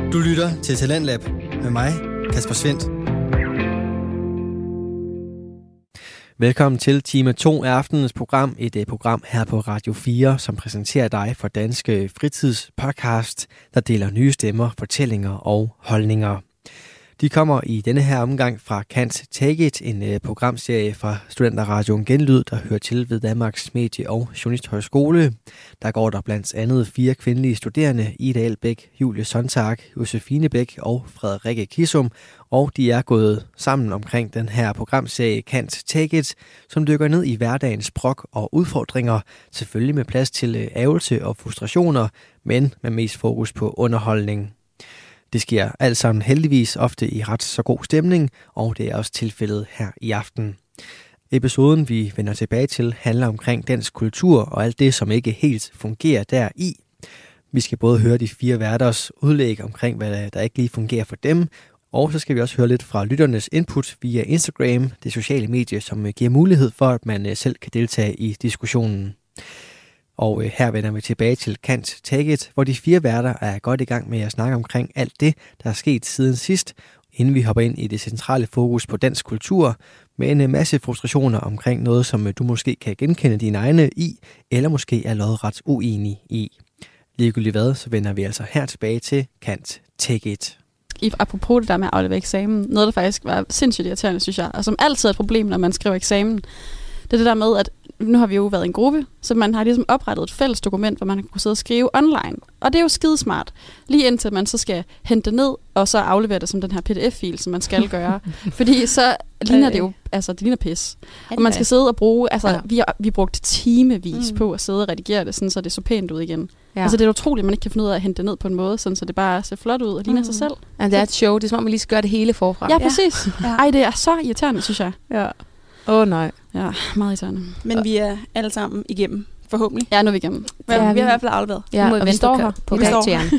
Du lytter til Talentlab med mig, Kasper Svendt. Velkommen til time 2 af aftenens program. Et program her på Radio 4, som præsenterer dig for Danske Fritidspodcast, der deler nye stemmer, fortællinger og holdninger. De kommer i denne her omgang fra Can't Take It, en programserie fra Studenterradioen Genlyd, der hører til ved Danmarks Medie- og Journalisthøjskole. Der går der blandt andet 4 kvindelige studerende, Ida Elbæk, Julie Sontag, Josefine Bæk og Frederikke Kissum, og de er gået sammen omkring den her programserie Can't Take It, som dykker ned i hverdagens brok og udfordringer, selvfølgelig med plads til ærgelse og frustrationer, men med mest fokus på underholdning. Det sker alt sammen heldigvis ofte i ret så god stemning, og det er også tilfældet her i aften. Episoden, vi vender tilbage til, handler omkring dansk kultur og alt det, som ikke helt fungerer deri. Vi skal både høre de 4 værters udlæg omkring, hvad der ikke lige fungerer for dem, og så skal vi også høre lidt fra lytternes input via Instagram, det sociale medie, som giver mulighed for, at man selv kan deltage i diskussionen. Og her vender vi tilbage til Can't Take It, hvor de 4 værter er godt i gang med at snakke omkring alt det, der er sket siden sidst, inden vi hopper ind i det centrale fokus på dansk kultur, med en masse frustrationer omkring noget, som du måske kan genkende dine egne i, eller måske er lodret uenig i. Ligegyldigt hvad, så vender vi altså her tilbage til Can't Take It. Apropos det der med at aflevere eksamen, noget der faktisk var sindssygt irriterende, synes jeg, og som altid er et problem, når man skriver eksamen, det er det der med, at nu har vi jo været en gruppe, så man har ligesom oprettet et fælles dokument, hvor man kan sidde og skrive online. Og det er jo skidesmart. Lige indtil man så skal hente det ned, og så aflevere det som den her pdf-fil, som man skal gøre. Fordi så ligner det jo, altså det ligner pis. Og man skal sidde og bruge, altså vi brugte timevis på at sidde og redigere det, sådan, så det så pænt ud igen. Ja. Altså det er utroligt, at man ikke kan finde ud af at hente det ned på en måde, sådan, så det bare ser flot ud og ligner sig selv. Ja, det er et show. Det er som om, man lige skal gøre det hele forfra. Ja, præcis. Ja. Ej, det er så irriterende, synes jeg. Ja. Nej. Ja, meget irriterende. Men vi er alle sammen igennem, forhåbentlig. Ja, nu er vi igennem. Ja, vi har i hvert fald afleveret. Ja, og vi står her på karakteren.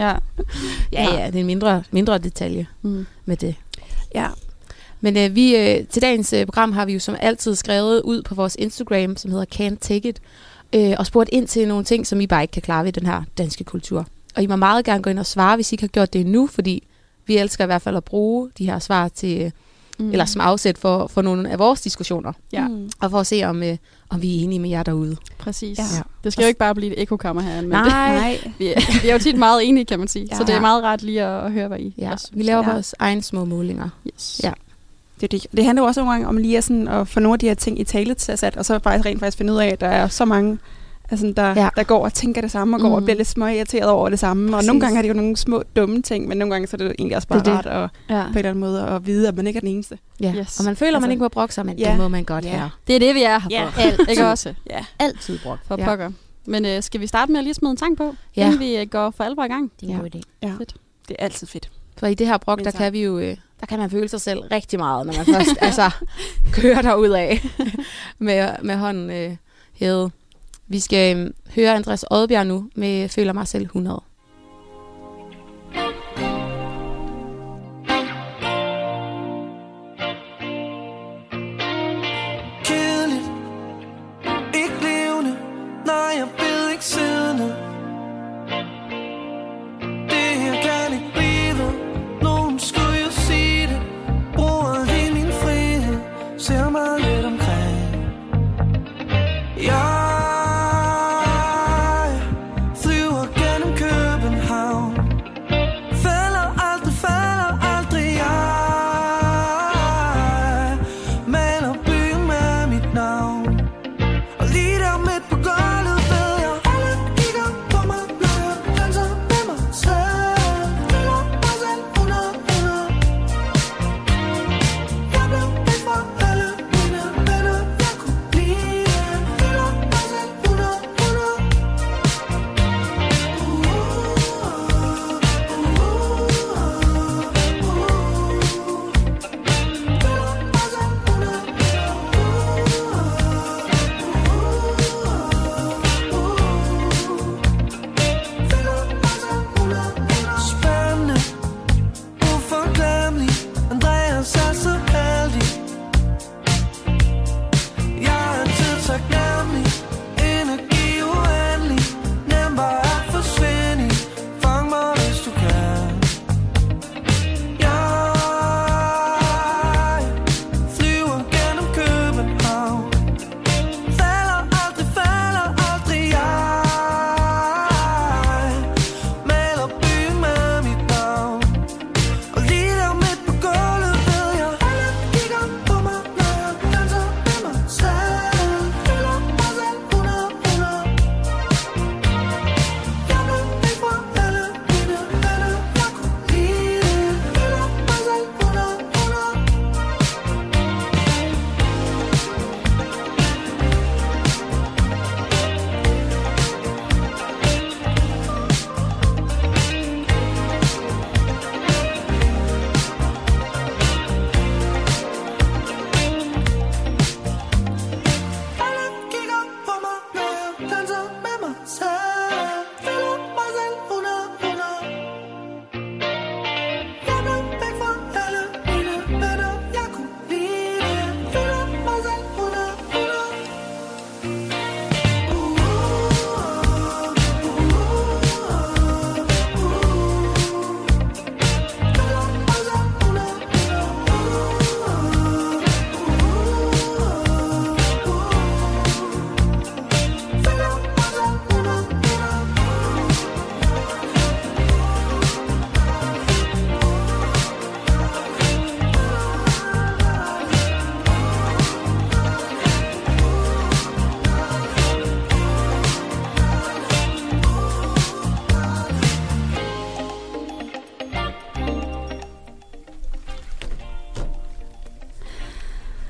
Ja, det er en mindre detalje med det. Ja. Men vi til dagens program har vi jo som altid skrevet ud på vores Instagram, som hedder Can't Take It, og spurgt ind til nogle ting, som I bare ikke kan klare ved den her danske kultur. Og I må meget gerne gå ind og svare, hvis I ikke har gjort det endnu, fordi vi elsker i hvert fald at bruge de her svar til eller som afsæt for nogle af vores diskussioner. Ja. Og for at se, om vi er enige med jer derude. Præcis. Ja. Det skal jo ikke bare blive et ekokammer herinde. Men Nej. Vi er jo tit meget enige, kan man sige. Ja. Så det er meget rart lige at høre, hvad I også. Vi laver vores egne små målinger. Yes. Ja. Det handler jo også nogle gange om lige at få nogle af de her ting i tale til sat, og så rent faktisk finde ud af, at der er så mange, altså, der går og tænker det samme, og går og bliver lidt småirriteret over det samme. Præcis. Og nogle gange er det jo nogle små dumme ting, men nogle gange så er det egentlig også bare rart at, på en eller anden måde at vide, at man ikke er den eneste. Ja. Yes. Og man føler, at man ikke må brokke sig, men det må man godt her. Det er det, vi er her for. Altid. Ikke også? Ja. Altid brok. For pokker. Men skal vi starte med at lige smide en sang på, inden vi går for alvor i gang? Det er en god idé. Ja. Fedt. Det er altid fedt. For i det her brok, der kan vi jo... Der kan man føle sig selv rigtig meget, når man først kører derudad med hånden hævet. Vi skal høre Andreas Odbjerg nu med Føler mig selv 100. Kedeligt, ikke levende, nej jeg vil ikke siddende. Det her kan ikke blive, nogen skulle jo sige det. Bruger lige min frihed, ser mig lidt omkring. Jeg flyver gennem køen.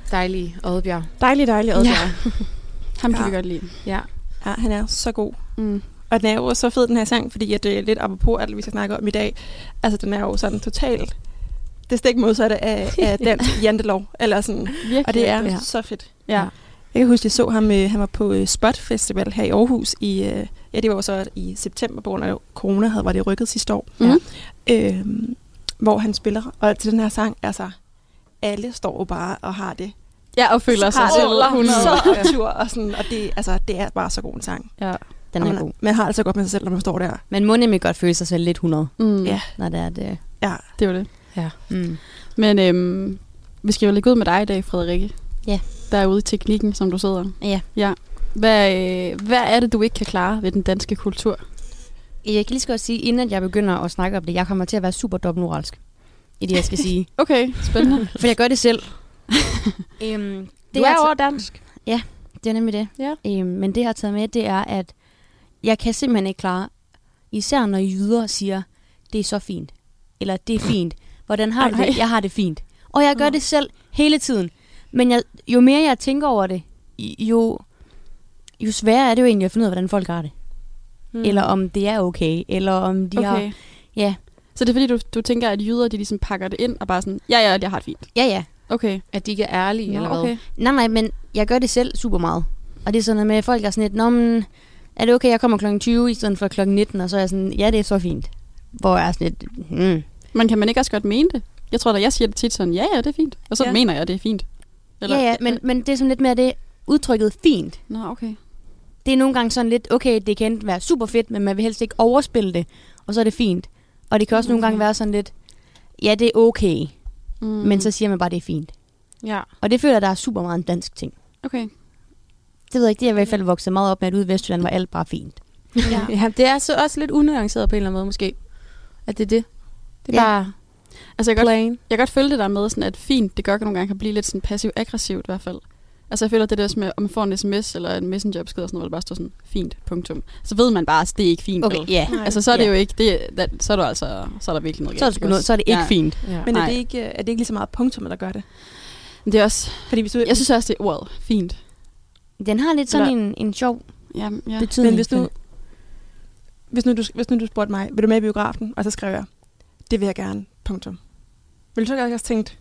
Dejlig Oddbjerg. Dejlig Oddbjerg. Ja. Ham kan vi godt lide. Ja, han er så god. Og den er jo så fed, den her sang, fordi at det er lidt apropos alt, vi skal snakke om i dag. Altså, den er jo sådan totalt det stik modsatte af dansk jantelov. Eller sådan. Virkelig. Og det er så fedt. Ja. Jeg kan huske, jeg så ham, han var på Spot Festival her i Aarhus det var jo så i september, på grund af corona, var det rykket sidste år. Hvor han spiller. Og til den her sang, altså, alle står jo bare og har det. Ja, og føler sig selv 100. Så optur, og sådan, og det er bare så god en sang. Ja, den er god. Man har altså godt med sig selv, når man står der. Man må nemlig godt føle sig selv lidt 100. Ja. Når det er det. Ja, det var det. Ja. Men vi skal jo lægge ud med dig i dag, Frederikke. Ja. Der er ude i teknikken, som du sidder. Ja. Hvad er det, du ikke kan klare ved den danske kultur? Jeg kan lige så godt sige, inden jeg begynder at snakke om det, jeg kommer til at være super dobbeltmoralsk i det, jeg skal sige. Okay, spændende. For jeg gør det selv. Du er over dansk. Ja, det er nemlig det. Ja. Men det, jeg har taget med, det er, at jeg kan simpelthen ikke klare, især når jyder siger, det er så fint. Eller det er fint. Hvordan har du det? Jeg har det fint. Og jeg gør det selv hele tiden. Men jo mere jeg tænker over det, jo sværere er det jo egentlig at finde ud af, hvordan folk har det. Eller om det er okay. Eller om de har... Ja. Så det er fordi, du tænker, at jyder, de ligesom pakker det ind og bare sådan, ja, jeg har det fint. Ja. Okay. At de ikke er ærlige, eller hvad? Okay. Nej, men jeg gør det selv super meget. Og det er sådan noget med, at folk er sådan lidt, nå, men er det okay, jeg kommer kl. 20 i stedet for kl. 19, og så er jeg sådan, ja, det er så fint. Hvor jeg er sådan lidt, Men kan man ikke også godt mene det? Jeg tror da, jeg siger det tit sådan, ja, det er fint. Og så mener jeg, det er fint. Eller, ja, men det er sådan lidt mere det udtrykket fint. Nå, okay. Det er nogle gange sådan lidt, okay, det kan være super fedt, men man vil helst ikke overspille det, og så er det fint. Og det kan også nogle gange være sådan lidt, ja, det er okay, men så siger man bare, det er fint. Ja. Og det føler jeg, der er super meget en dansk ting. Okay. Det ved jeg ikke, det er i hvert fald vokset meget op med, at ude i Vestjylland var alt bare fint. Ja, det er så også lidt unuanceret på en eller anden måde, måske. At det er det. Det er bare altså, jeg kan godt følge det der med, sådan, at fint, det gør, at nogle gange kan blive lidt sådan passiv-aggressivt i hvert fald. Altså jeg føler, det der med, om man får en sms eller en messengerbesked og sådan noget, hvor det bare står sådan, fint, punktum. Så ved man bare, at det er ikke fint. Okay, ja. Altså så er det jo ikke, så er der altså, så er der virkelig noget galt. Så er det ikke fint. Ja. Men er det ikke lige så meget punktum, der gør det? Men det er også, fordi jeg synes også, det er ordet, fint. Den har lidt sådan en sjov betydning. Men hvis nu du spurgte mig, vil du med i biografen? Og så skrev jeg, det vil jeg gerne, punktum. Vil du så også tænkt,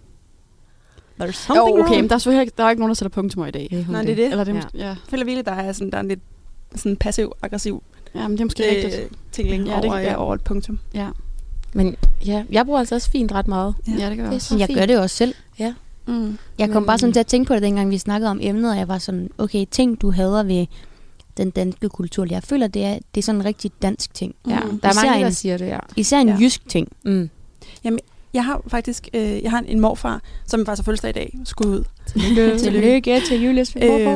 okay, men der er ikke nogen, der sætter punktummer i dag. Nej, det er det. Eller det jeg føler virkelig, der er en lidt sådan passiv-aggressiv men det er måske rigtigt. Tingling over et punktum. Ja. Men ja, jeg bruger altså også fint ret meget. Ja, det gør jeg. Jeg gør det også selv. Ja. Jeg kom bare sådan til at tænke på det, dengang vi snakkede om emnet, og jeg var sådan, okay, ting du hader ved den danske kultur. Jeg føler, det er sådan en rigtig dansk ting. Ja, der er mange, der siger det, Især en jysk ting. Jamen, jeg har faktisk en morfar, som faktisk har fødselsdag i dag, skud ud. Tillykke til Julius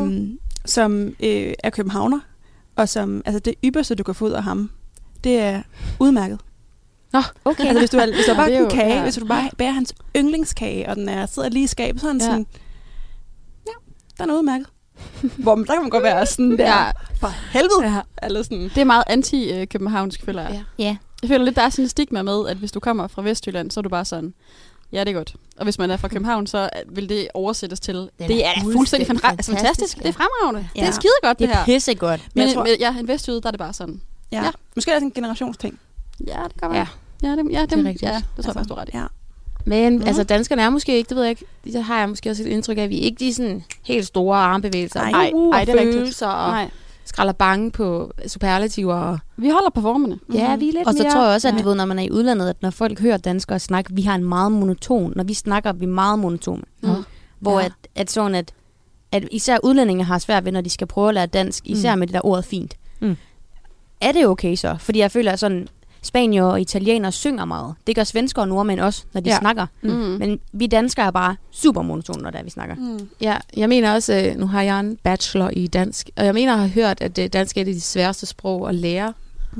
som er københavner, og som, altså det ypperste, du kan få ud af ham, det er udmærket. Nå, okay. Altså hvis du bare en kage, hvis du bare bærer hans yndlingskage, og den sidder lige i skabet, sådan sådan, ja, den er udmærket. Hvor der kan man godt være sådan der, for helvede. Ja. Eller sådan. Det er meget anti-københavnsk, føler jeg. Ja. Jeg føler lidt, der er sådan en stigma med, at hvis du kommer fra Vestjylland, så er du bare sådan, ja, det er godt. Og hvis man er fra København, så vil det oversættes til, det er fuldstændig fantastisk. Det er fremragende. Ja. Det er skide godt, det her. Det er pissegodt. Men en vestjyde, der er det bare sådan. Ja. Måske er det en generationsting. Ja, det kan være. Ja, det er rigtigt. Ja, det tror jeg faktisk, du ret i. Ja. Men altså, danskerne er måske ikke, det ved jeg ikke, det har jeg måske også et indtryk af, at vi ikke de sådan helt store armbevægelser. Nej, det er følelser og skralder bange på superlativer. Vi holder på formerne. Ja, vi er lidt. Og så tror jeg også, at du ved, når man er i udlandet, at når folk hører danskere snakke, vi har en meget monoton. Når vi snakker, vi er meget monotone. Hvor at sådan, at især udlændinge har svært ved, når de skal prøve at lære dansk, især med det der ordet fint. Er det okay så? Fordi jeg føler, at sådan spanier og italienere synger meget. Det gør svensker og nordmænd også, når de snakker. Men vi danskere er bare super monotone, når vi snakker. Ja, jeg mener også, nu har jeg en bachelor i dansk, og jeg mener, at jeg har hørt, at dansk er det sværeste sprog at lære.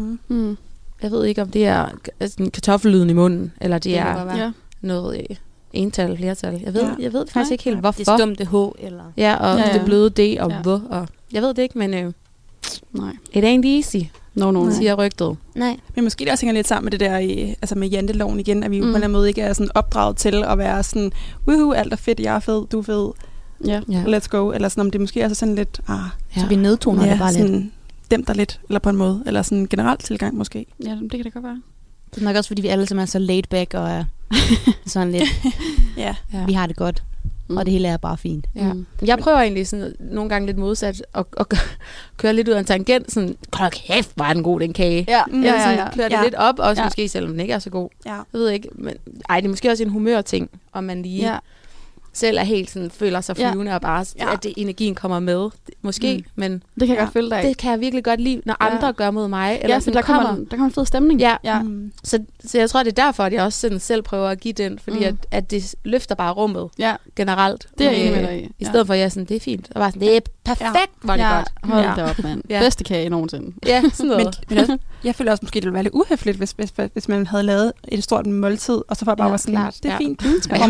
Jeg ved ikke, om det er kartoffellyden i munden, eller det er noget ental, flertal. Jeg ved faktisk ikke helt, hvorfor. Det stumte H, eller... Ja, og det bløde D og V, og jeg ved det ikke, men nej. It ain't easy. No. Siger rygtet. Nej. Men måske det også hænger lidt sammen med det der, altså med janteloven igen, at vi på en eller anden måde ikke er sådan opdraget til at være sådan, woohoo, alt er fedt, jeg er fed, du er fed. let's go, eller sådan, om det måske er sådan lidt, så vi nedtoner det bare sådan, lidt. Dæmp dig lidt, eller på en måde, eller sådan en generel tilgang måske. Ja, det kan det godt være. Det er nok også, fordi vi alle sammen er så laid back, og er sådan lidt, vi har det godt. Og det hele er bare fint. Ja. Jeg prøver egentlig sådan, nogle gange lidt modsat at køre lidt ud af en tangent. Sådan, kæft, var den god, den kage. Klør det lidt op, også måske selvom den ikke er så god. Ja. Jeg ved ikke, men det er måske også en humørting, om man lige selv er helt sådan, føler sig flyvende, og bare, at energien kommer med. Måske, men det kan jeg godt følge dig. Det kan jeg virkelig godt lide, når andre gør mod mig. Eller for der kommer en fed stemning. Ja. Så jeg tror, det er derfor, at jeg også sådan selv prøver at give den, fordi at det løfter bare rummet generelt. Det er jeg enig med dig i. I stedet for, at jeg er sådan, det er fint. Og bare sådan, det er perfekt, var det godt. Hold da op, mand. Bedste kage nogensinde. Ja, sådan noget. Men også, jeg føler også, måske det ville være lidt uhøfligt, hvis man havde lavet et stort måltid, og så bare var sådan, det er fint.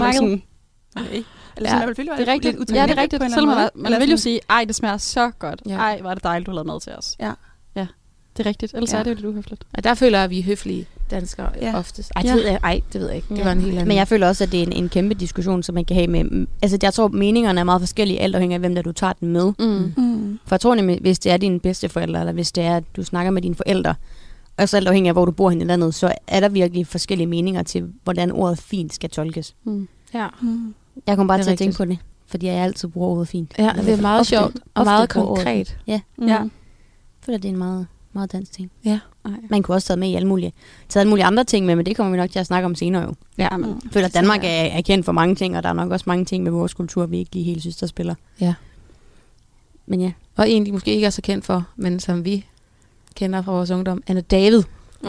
Okay. Eller sådan, man det er rigtigt. Ja, det er rigtigt. Man vil jo sige, ej, det smager så godt. Ej, var det dejligt, du har lavet mad til os. Ja, det er rigtigt. Ellers er det jo lidt uhøfligt. Og der føler jeg, at vi er høflige danskere oftest. Det ved jeg ikke. Det var en helt anden. Men jeg føler også, at det er en kæmpe diskussion, som man kan have med. Altså, jeg tror, meningerne er meget forskellige, alt afhængig af, hvem der du tager den med. For jeg tror nemlig, hvis det er dine bedsteforældre, eller hvis det er, at du snakker med dine forældre, og så alt afhængig af, hvor du bor hen i landet, så er der virkelig forskellige meninger til, hvordan ordet fint skal tolkes. Ja. Jeg kommer bare til at tænke på det, fordi jeg altid bruger ordet fint. Ja, det er meget sjovt og meget konkret. Ja. For det er en meget, meget dansk ting. Ja. Man kunne også tage med i alle mulige andre ting med, men det kommer vi nok til at snakke om senere jo. Ja. Jeg føler, at Danmark er kendt for mange ting, og der er nok også mange ting med vores kultur, vi ikke lige helt synes, der spiller. Ja. Men ja. Og en, de måske ikke er så kendt for, men som vi kender fra vores ungdom, Anna David.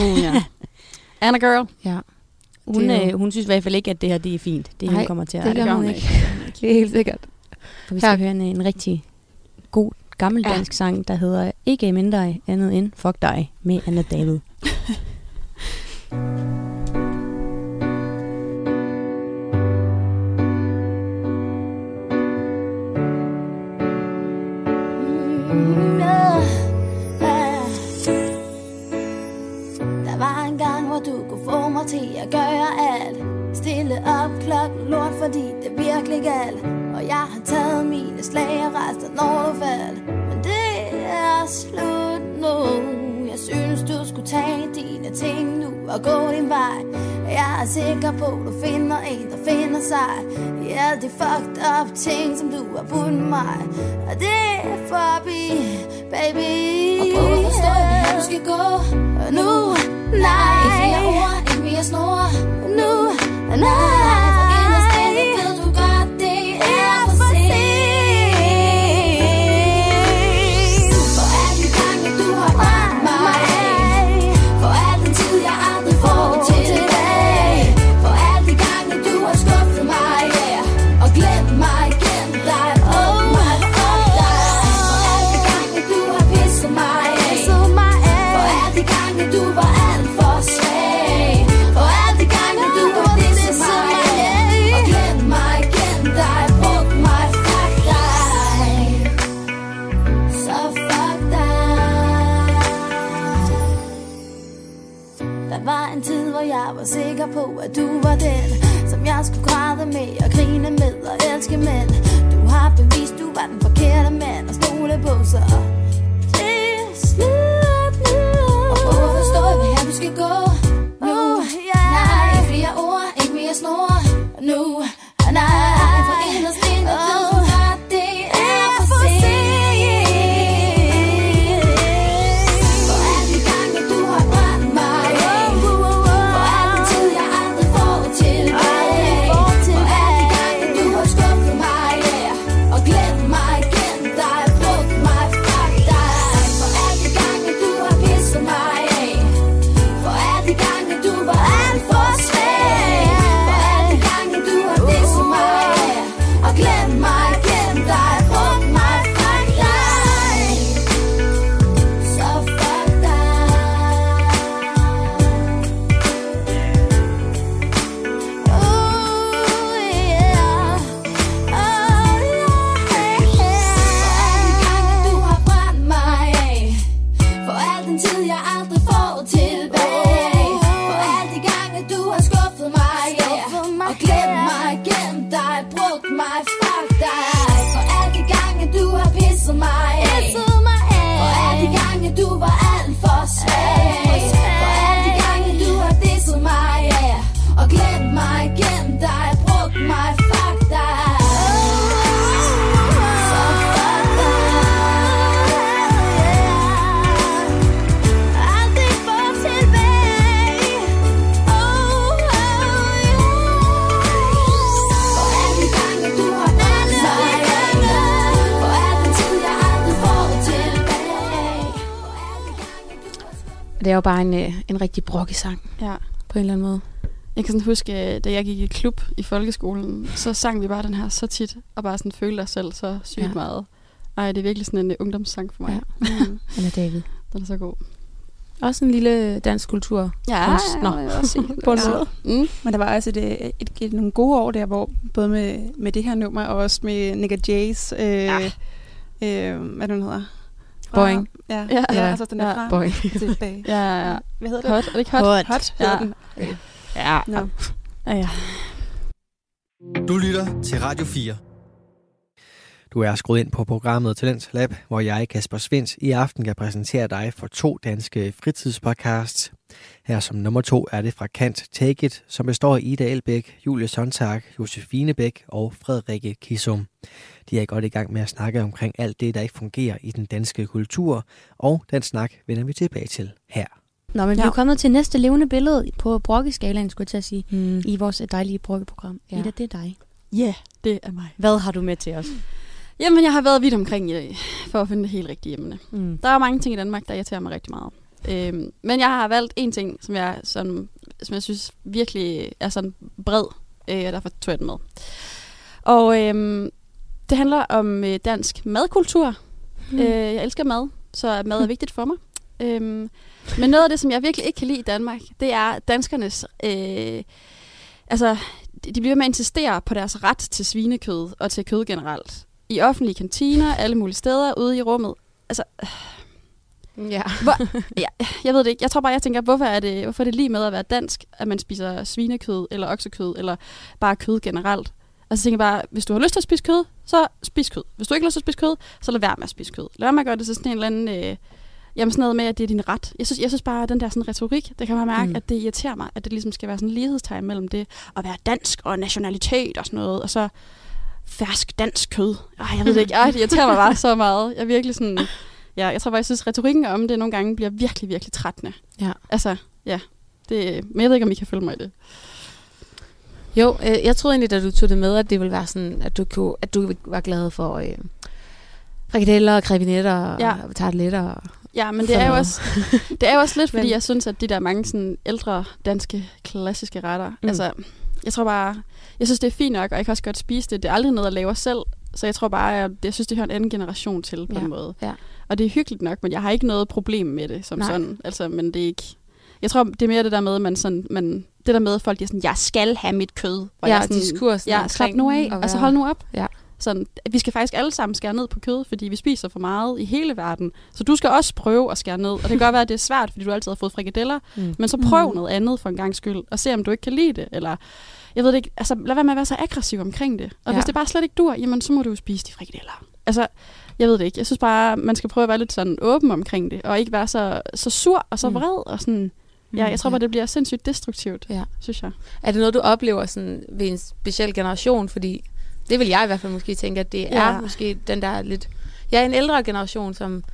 Anna Girl. Ja. Hun synes i hvert fald ikke, at det her det er fint. Det hun kommer til at... det gør hun ikke. Det er helt sikkert. For vi skal høre en rigtig god gammeldansk sang, der hedder Ikke mindre andet end Fuck dig med Anna David. Der var en gang, hvor du kunne få mig til at gøre alt. Stille op klokken lort, fordi det virkelig galt. Og jeg har taget mine slag og resten når du faldt. Men det er slut nu. Jeg synes du skulle tage dine ting nu og gå din vej. Jeg er sikker på du finder en der finder sig i alle de fucked up ting som du har budt mig. Og det er forbi, baby. Og prøv at forstå hvor du skal gå nu. Nej, i flere ord end mere snor nu. Nej, for inderst inde ved du godt det er for sent. For alle de gange du har brændt mig. For al den tid jeg aldrig får tilbage. For alle de gange du har skuffet mig, og glemt mig, gemt dig, brugt mig, fuck dig. For alle de gange du har pisset mig af. For alle de gange du var alt for svag. For alle de gange du har pisset mig af. Og glemt mig, gemt dig, brugt mig, fuck dig. Så fuck dig. Der var en tid, hvor jeg var sikker på, at du var den, som jeg skulle græde med og grine med og elske, men du har bevist, du var den forkerte mand at stole på, så det er slut nu. Og prøv at forstå, hvad her du skal gå nu. Nej, flere ord, ikke mere snor nu. Nej, for inderst inde ved du godt, det er for sent. For alle de gange du har brændt mig. For al den tid jeg aldrig får tilbage. For alle de gange du har skuffet mig, og glemt mig, gemt dig, brugt mig, fuck dig. For alle de gange du har pisset mig af. For alle de Det er jo bare en rigtig brokkesang. Ja. På en eller anden måde. Jeg kan sådan huske, da jeg gik i klub i folkeskolen, så sang vi bare den her så tit, og bare sådan følte os selv så sygt meget. Ej, det er virkelig sådan en ungdomssang for mig. Ja. Den er David. Den er så god. Også en lille dansk kultur. Ja, på en måde. Men der var også nogle gode år der, hvor både med det her nummer, og også med Nick og Jays, hvad den hedder? Boing. Ja, altså den er fra Boing. tilbage. Ja. Hvad hedder det? Hot. Er det ikke hot? Hot hedder den. Ja. No. Ja. Du lytter til Radio 4. Du er skruet ind på programmet Talent Lab, hvor jeg, Kasper Svinds, i aften kan præsentere dig for 2 danske fritidspodcasts. Her som nummer 2 er det fra Kant Take It, som består af Ida Elbæk, Julie Sontag, Josefine Bæk og Frederikke Kissum. De er godt i gang med at snakke omkring alt det, der ikke fungerer i den danske kultur, og den snak vender vi tilbage til her. Nå, men vi er kommet til næste levende billede på brokkeskalaen, skulle jeg til at sige, i vores dejlige brokkeprogram. Ja. Ida, det er dig. Ja, det er mig. Hvad har du med til os? Jamen, jeg har været vidt omkring for at finde det helt rigtige emne. Der er mange ting i Danmark, der irriterer mig rigtig meget. Men jeg har valgt en ting, som jeg synes virkelig er sådan bred, og derfor tog jeg den med. Og det handler om dansk madkultur. Jeg elsker mad, så mad er vigtigt for mig. Men noget af det, som jeg virkelig ikke kan lide i Danmark, det er danskernes... de bliver med at insistere på deres ret til svinekød og til kød generelt. I offentlige kantiner, alle mulige steder, ude i rummet. Altså... jeg ved det ikke. Jeg tænker, hvorfor er det lige med at være dansk, at man spiser svinekød eller oksekød, eller bare kød generelt? Altså jeg tænker bare, hvis du har lyst til at spise kød, så spis kød. Hvis du ikke har lyst til at spise kød, så lad være med at spise kød. Lad være med at gøre det til sådan en eller anden... sådan noget med, at det er din ret. Jeg synes bare, at den der sådan retorik, det kan man mærke, at det irriterer mig, at det ligesom skal være sådan en lighedstegn mellem det at være dansk og nationalitet og sådan noget, og så fersk dansk kød. Jeg ved det ikke. Det irriterer mig bare så meget. Jeg er virkelig sådan... Ja, jeg tror bare, jeg synes, at retorikken om det nogle gange bliver virkelig, virkelig trættende. Ja. Altså, ja. Men jeg ved ikke, om I kan følge mig i det. Jo, jeg troede egentlig, da du tog det med, at det ville være sådan, at du var glad for frikadeller og krebinetter og tarteletter. Ja, men det er jo også lidt, fordi jeg synes, at de der mange sådan ældre danske klassiske retter, altså, jeg synes, det er fint nok, og jeg kan også godt spise det. Det er aldrig noget, jeg laver selv, så jeg tror bare, jeg synes, det hører en anden generation til på en måde. Ja. Og det er hyggeligt nok, men jeg har ikke noget problem med det som sådan. Altså, men det er ikke... Jeg tror, det er mere det der med, det der med, at folk er sådan, jeg skal have mit kød. Og jeg sådan, diskursen. Slap nu af. Altså, hold nu op. Ja. Sådan, vi skal faktisk alle sammen skære ned på kød, fordi vi spiser for meget i hele verden. Så du skal også prøve at skære ned. Og det kan godt være, at det er svært, fordi du altid har fået frikadeller. Men så prøv noget andet for en gang skyld, og se, om du ikke kan lide det. Eller, jeg ved det ikke, altså lad være med at være så aggressiv omkring det. Og hvis det bare slet ikke dur, jamen så må du jo spise de frikadeller. Altså, jeg ved det ikke. Jeg synes bare, man skal prøve at være lidt sådan åben omkring det, og ikke være så sur og så vred og sådan... Ja, jeg tror bare, det bliver sindssygt destruktivt, synes jeg. Er det noget, du oplever sådan ved en speciel generation? Fordi det vil jeg i hvert fald måske tænke, at det er måske den der lidt... Ja, en ældre generation, som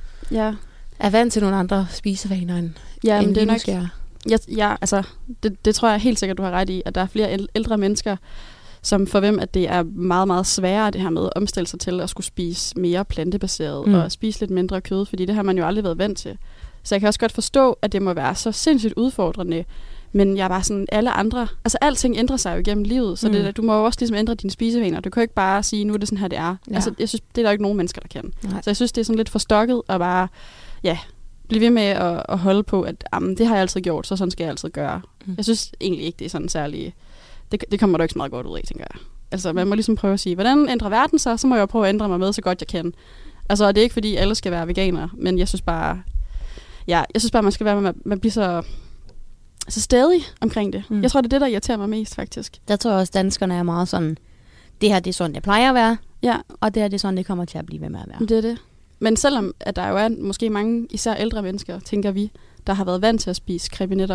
er vant til nogle andre spisevaner end men det er nok... Skære. Altså, det tror jeg helt sikkert, du har ret i, at der er flere ældre mennesker, som for hvem, at det er meget, meget sværere, det her med at omstille sig til at skulle spise mere plantebaseret og spise lidt mindre kød, fordi det har man jo aldrig været vant til. Så jeg kan også godt forstå, at det må være så sindssygt udfordrende, men jeg er bare sådan, alle andre, altså alting ændrer sig jo igennem livet, så du må jo også ligesom ændre dine spisevaner. Du kan jo ikke bare sige, nu er det sådan her, det er. Ja. Altså, jeg synes, det er der ikke nogen mennesker, der kan. Nej. Så jeg synes, det er sådan lidt forstokket, og bare, blive ved med at holde på, at det har jeg altid gjort, så sådan skal jeg altid gøre. Jeg synes egentlig ikke, det er sådan særligt, det kommer der ikke så meget godt ud af, tænker jeg. Altså, man må ligesom prøve at sige, hvordan ændrer verden sig, så må jeg jo prøve at ændre mig med, så godt jeg kan. Altså, det er ikke, fordi alle skal være veganere, men jeg synes bare, man skal være med, man bliver så stædig omkring det. Jeg tror, det er det, der irriterer mig mest, faktisk. Der tror jeg også, danskerne er meget sådan, det her, det er sådan, det plejer at være, og det her, det er sådan, det kommer til at blive ved med at være. Det er det. Men selvom, at der jo er måske mange, især ældre mennesker, tænker vi, der har været vant til at spise krebinetter,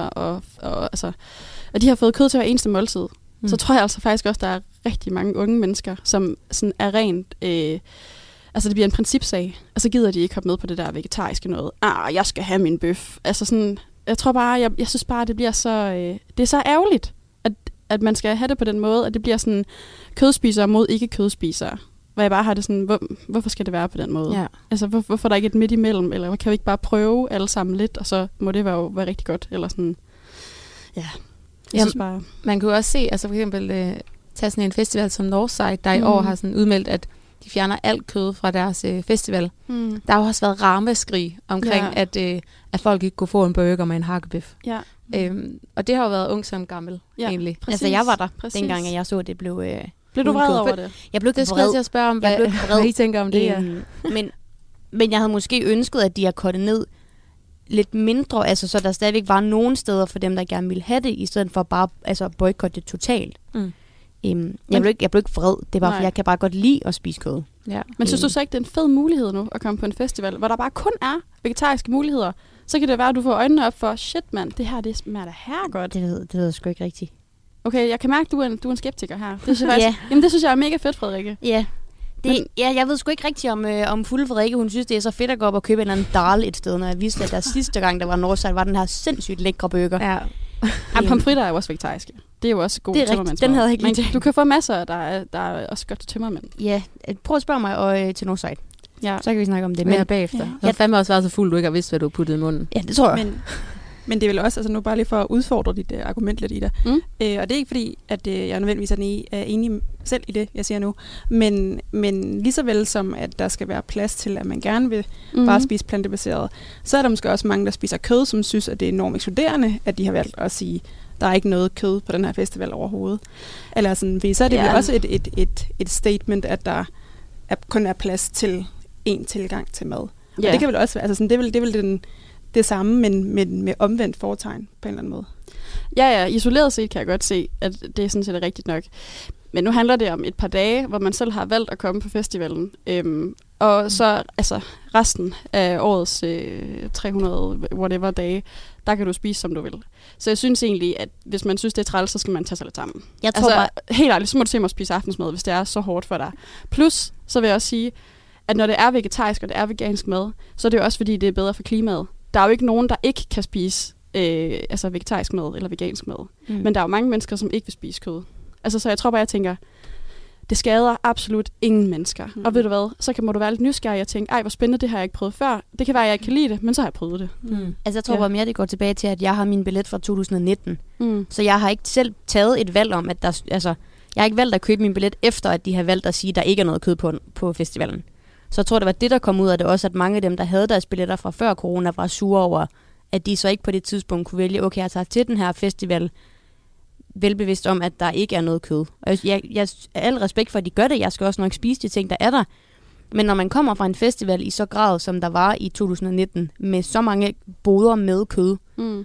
og de har fået kød til hver eneste måltid, så tror jeg altså faktisk også, der er rigtig mange unge mennesker, som sådan er rent... det bliver en principsag, og så gider de ikke hoppe med på det der vegetariske noget. Jeg skal have min bøf. Altså sådan, jeg tror bare, jeg synes bare, det bliver så... det er så ærgerligt, at man skal have det på den måde, at det bliver sådan kødspisere mod ikke kødspisere. hvor jeg bare har det sådan, hvorfor skal det være på den måde? Ja. Altså, hvorfor er der ikke et midt imellem? Eller kan vi ikke bare prøve alle sammen lidt, og så må det være rigtig godt? Eller sådan, ja. Jeg synes bare... Man kan jo også se, altså for eksempel, tage sådan en festival som Northside, der i år har sådan udmeldt, at de fjerner alt kød fra deres festival. Der har jo også været ramaskrig omkring, at folk ikke kunne få en burger med en hakkebøf. Ja. Og det har jo været ung som gammel, egentlig. Præcis. Altså, jeg var der, dengang jeg så, at det blev... Blev du vred over det? Jeg blev det vred. Det til at spørge om, hvad I tænker om det. Men jeg havde måske ønsket, at de har kortet ned lidt mindre, altså så der stadigvæk var nogle steder for dem, der gerne ville have det, i stedet for bare altså boykotte det totalt. Jeg blev ikke vred. Det er bare, fordi jeg kan bare godt lide at spise kød. Ja. Men synes du så ikke, det er en fed mulighed nu at komme på en festival, hvor der bare kun er vegetariske muligheder? Så kan det være, at du får øjnene op for, shit mand, det her, det smager da herregodt. Det ved jeg sgu ikke rigtigt. Okay, jeg kan mærke, at du er en skeptiker her. Det synes jeg faktisk, jamen det synes jeg er mega fedt, Frederikke. Ja. Jeg ved sgu ikke rigtigt om fulde Frederikke, hun synes, det er så fedt at gå op og købe en eller anden dal et sted, når jeg vidste, at der sidste gang, der var Northside, var den her sindssygt lækre burger. Ja. Pomfritter er jo også vegetariske. Det er jo også god tømmermand. Den havde jeg ikke lige. Du kan få masser, der er også godt til tømmermænd. Ja, prøv at spørge mig til Northside. Ja. Så kan vi snakke om det mere bagefter. Ja. Jeg har fandme også været så fuld, du ikke har vidst, hvad du har puttet i munden. Ja, det tror jeg. Men det er vel også, altså nu bare lige for at udfordre dit argument lidt, Ida. Og det er ikke fordi, at jeg nødvendigvis er enig selv i det, jeg siger nu. Men lige så vel som, at der skal være plads til, at man gerne vil bare spise plantebaseret, så er der måske også mange, der spiser kød, som synes, at det er enormt ekskluderende, at de har valgt at sige, der er ikke noget kød på den her festival overhovedet. Eller sådan, så er det vel også et statement, at der kun er plads til én tilgang til mad. Og det kan vel også være, altså sådan, det er vel det samme, men med omvendt fortegn på en eller anden måde. Ja, isoleret set kan jeg godt se, at det er sådan set rigtigt nok. Men nu handler det om et par dage, hvor man selv har valgt at komme på festivalen. Og så altså resten af årets 300 whatever dage, der kan du spise, som du vil. Så jeg synes egentlig, at hvis man synes, det er træls, så skal man tage sig lidt sammen. Jeg tror bare... Helt ærligt, så må du se mig spise aftensmad, hvis det er så hårdt for dig. Plus, så vil jeg også sige, at når det er vegetarisk og det er vegansk mad, så er det jo også, fordi det er bedre for klimaet. Der er jo ikke nogen, der ikke kan spise altså vegetarisk mad eller vegansk mad. Men der er jo mange mennesker, som ikke vil spise kød. Altså, så jeg tror bare, jeg tænker, det skader absolut ingen mennesker. Og ved du hvad, så må du være lidt nysgerrig og tænke, ej, hvor spændende, det har jeg ikke prøvet før. Det kan være, at jeg ikke kan lide det, men så har jeg prøvet det. Altså, jeg tror bare mere, det går tilbage til, at jeg har min billet fra 2019. Så jeg har ikke selv taget et valg om, at der... Altså, jeg har ikke valgt at købe min billet, efter at de har valgt at sige, at der ikke er noget kød på festivalen. Så jeg tror, det var det, der kom ud af det også, at mange af dem, der havde deres billetter fra før corona, var sure over, at de så ikke på det tidspunkt kunne vælge, okay, jeg tager til den her festival, velbevidst om, at der ikke er noget kød. Og jeg har al respekt for, at de gør det. Jeg skal også nok spise de ting, der er der. Men når man kommer fra en festival i så grad, som der var i 2019, med så mange boder med kød,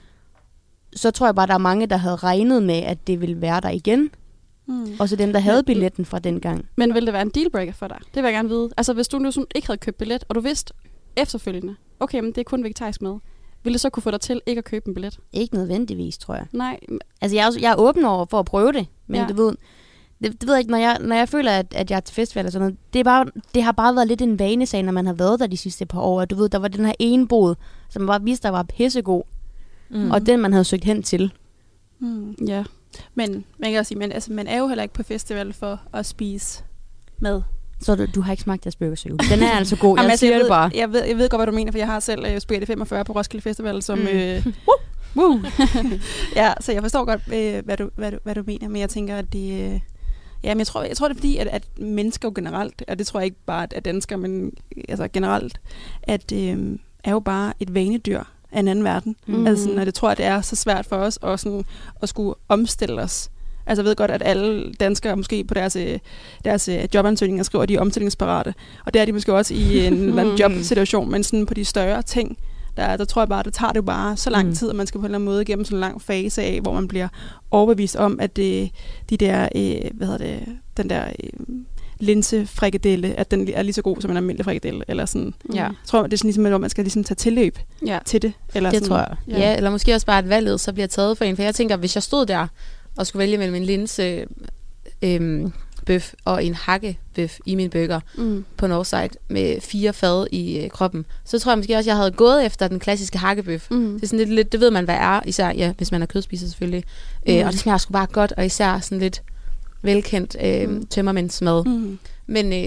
så tror jeg bare, der er mange, der havde regnet med, at det ville være der igen. Og så dem, der havde billetten fra den gang. Men vil det være en dealbreaker for dig? Det vil jeg gerne vide. Altså, hvis du nu ikke havde købt billet, og du vidste efterfølgende, okay, men det er kun vegetarisk mad, ville det så kunne få dig til ikke at købe en billet? Ikke nødvendigvis, tror jeg. Nej. Altså, jeg er åben over for at prøve det, men du ved, det ved jeg ikke, når jeg føler, at jeg er til festival og sådan noget, det har bare været lidt en vanesag, når man har været der de sidste par år. Du ved, der var den her ene bod, som man bare vidste, der var pissegod, og den man havde søgt hen til. Ja. Men man kan også sige, man er jo heller ikke på festival for at spise mad. Så du har ikke smagt deres burger, så den er altså god. Jeg siger det bare. Jeg ved godt, hvad du mener, for jeg har selv Spaghetti 45 på Roskilde Festival, som... Ja, så jeg forstår godt, hvad du mener, men jeg tænker, at det... Ja, men jeg tror, det er fordi, at mennesker jo generelt, og det tror jeg ikke bare, at danskere, men altså generelt, at er jo bare et vanedyr af en anden verden. Altså, når det tror, at det er så svært for os at skulle omstille os. Altså, jeg ved godt, at alle danskere måske på deres jobansøgninger skriver, at de er omstillingsparate. Og det er de måske også i en eller anden jobsituation, men sådan på de større ting, der tror jeg bare, der tager det bare så lang tid, at man skal på en eller anden måde igennem sådan en lang fase af, hvor man bliver overbevist om, at den der linsefrikadelle, at den er lige så god som en almindelig frikadelle, eller sådan. Jeg tror, det er sådan ligesom, at man skal ligesom tage tilløb til det. Eller det sådan. tror jeg. Ja, eller måske også bare, at valget så bliver taget for en. For jeg tænker, hvis jeg stod der og skulle vælge mellem en linse bøf og en hakkebøf i min burger på Northside med 4 fad i kroppen, så tror jeg måske også, at jeg havde gået efter den klassiske hakkebøf. Det er sådan lidt, det ved man, hvad er, især hvis man er kødspiser selvfølgelig. Og det smager sgu bare godt, og især sådan lidt velkendt tømmermændsmad. Men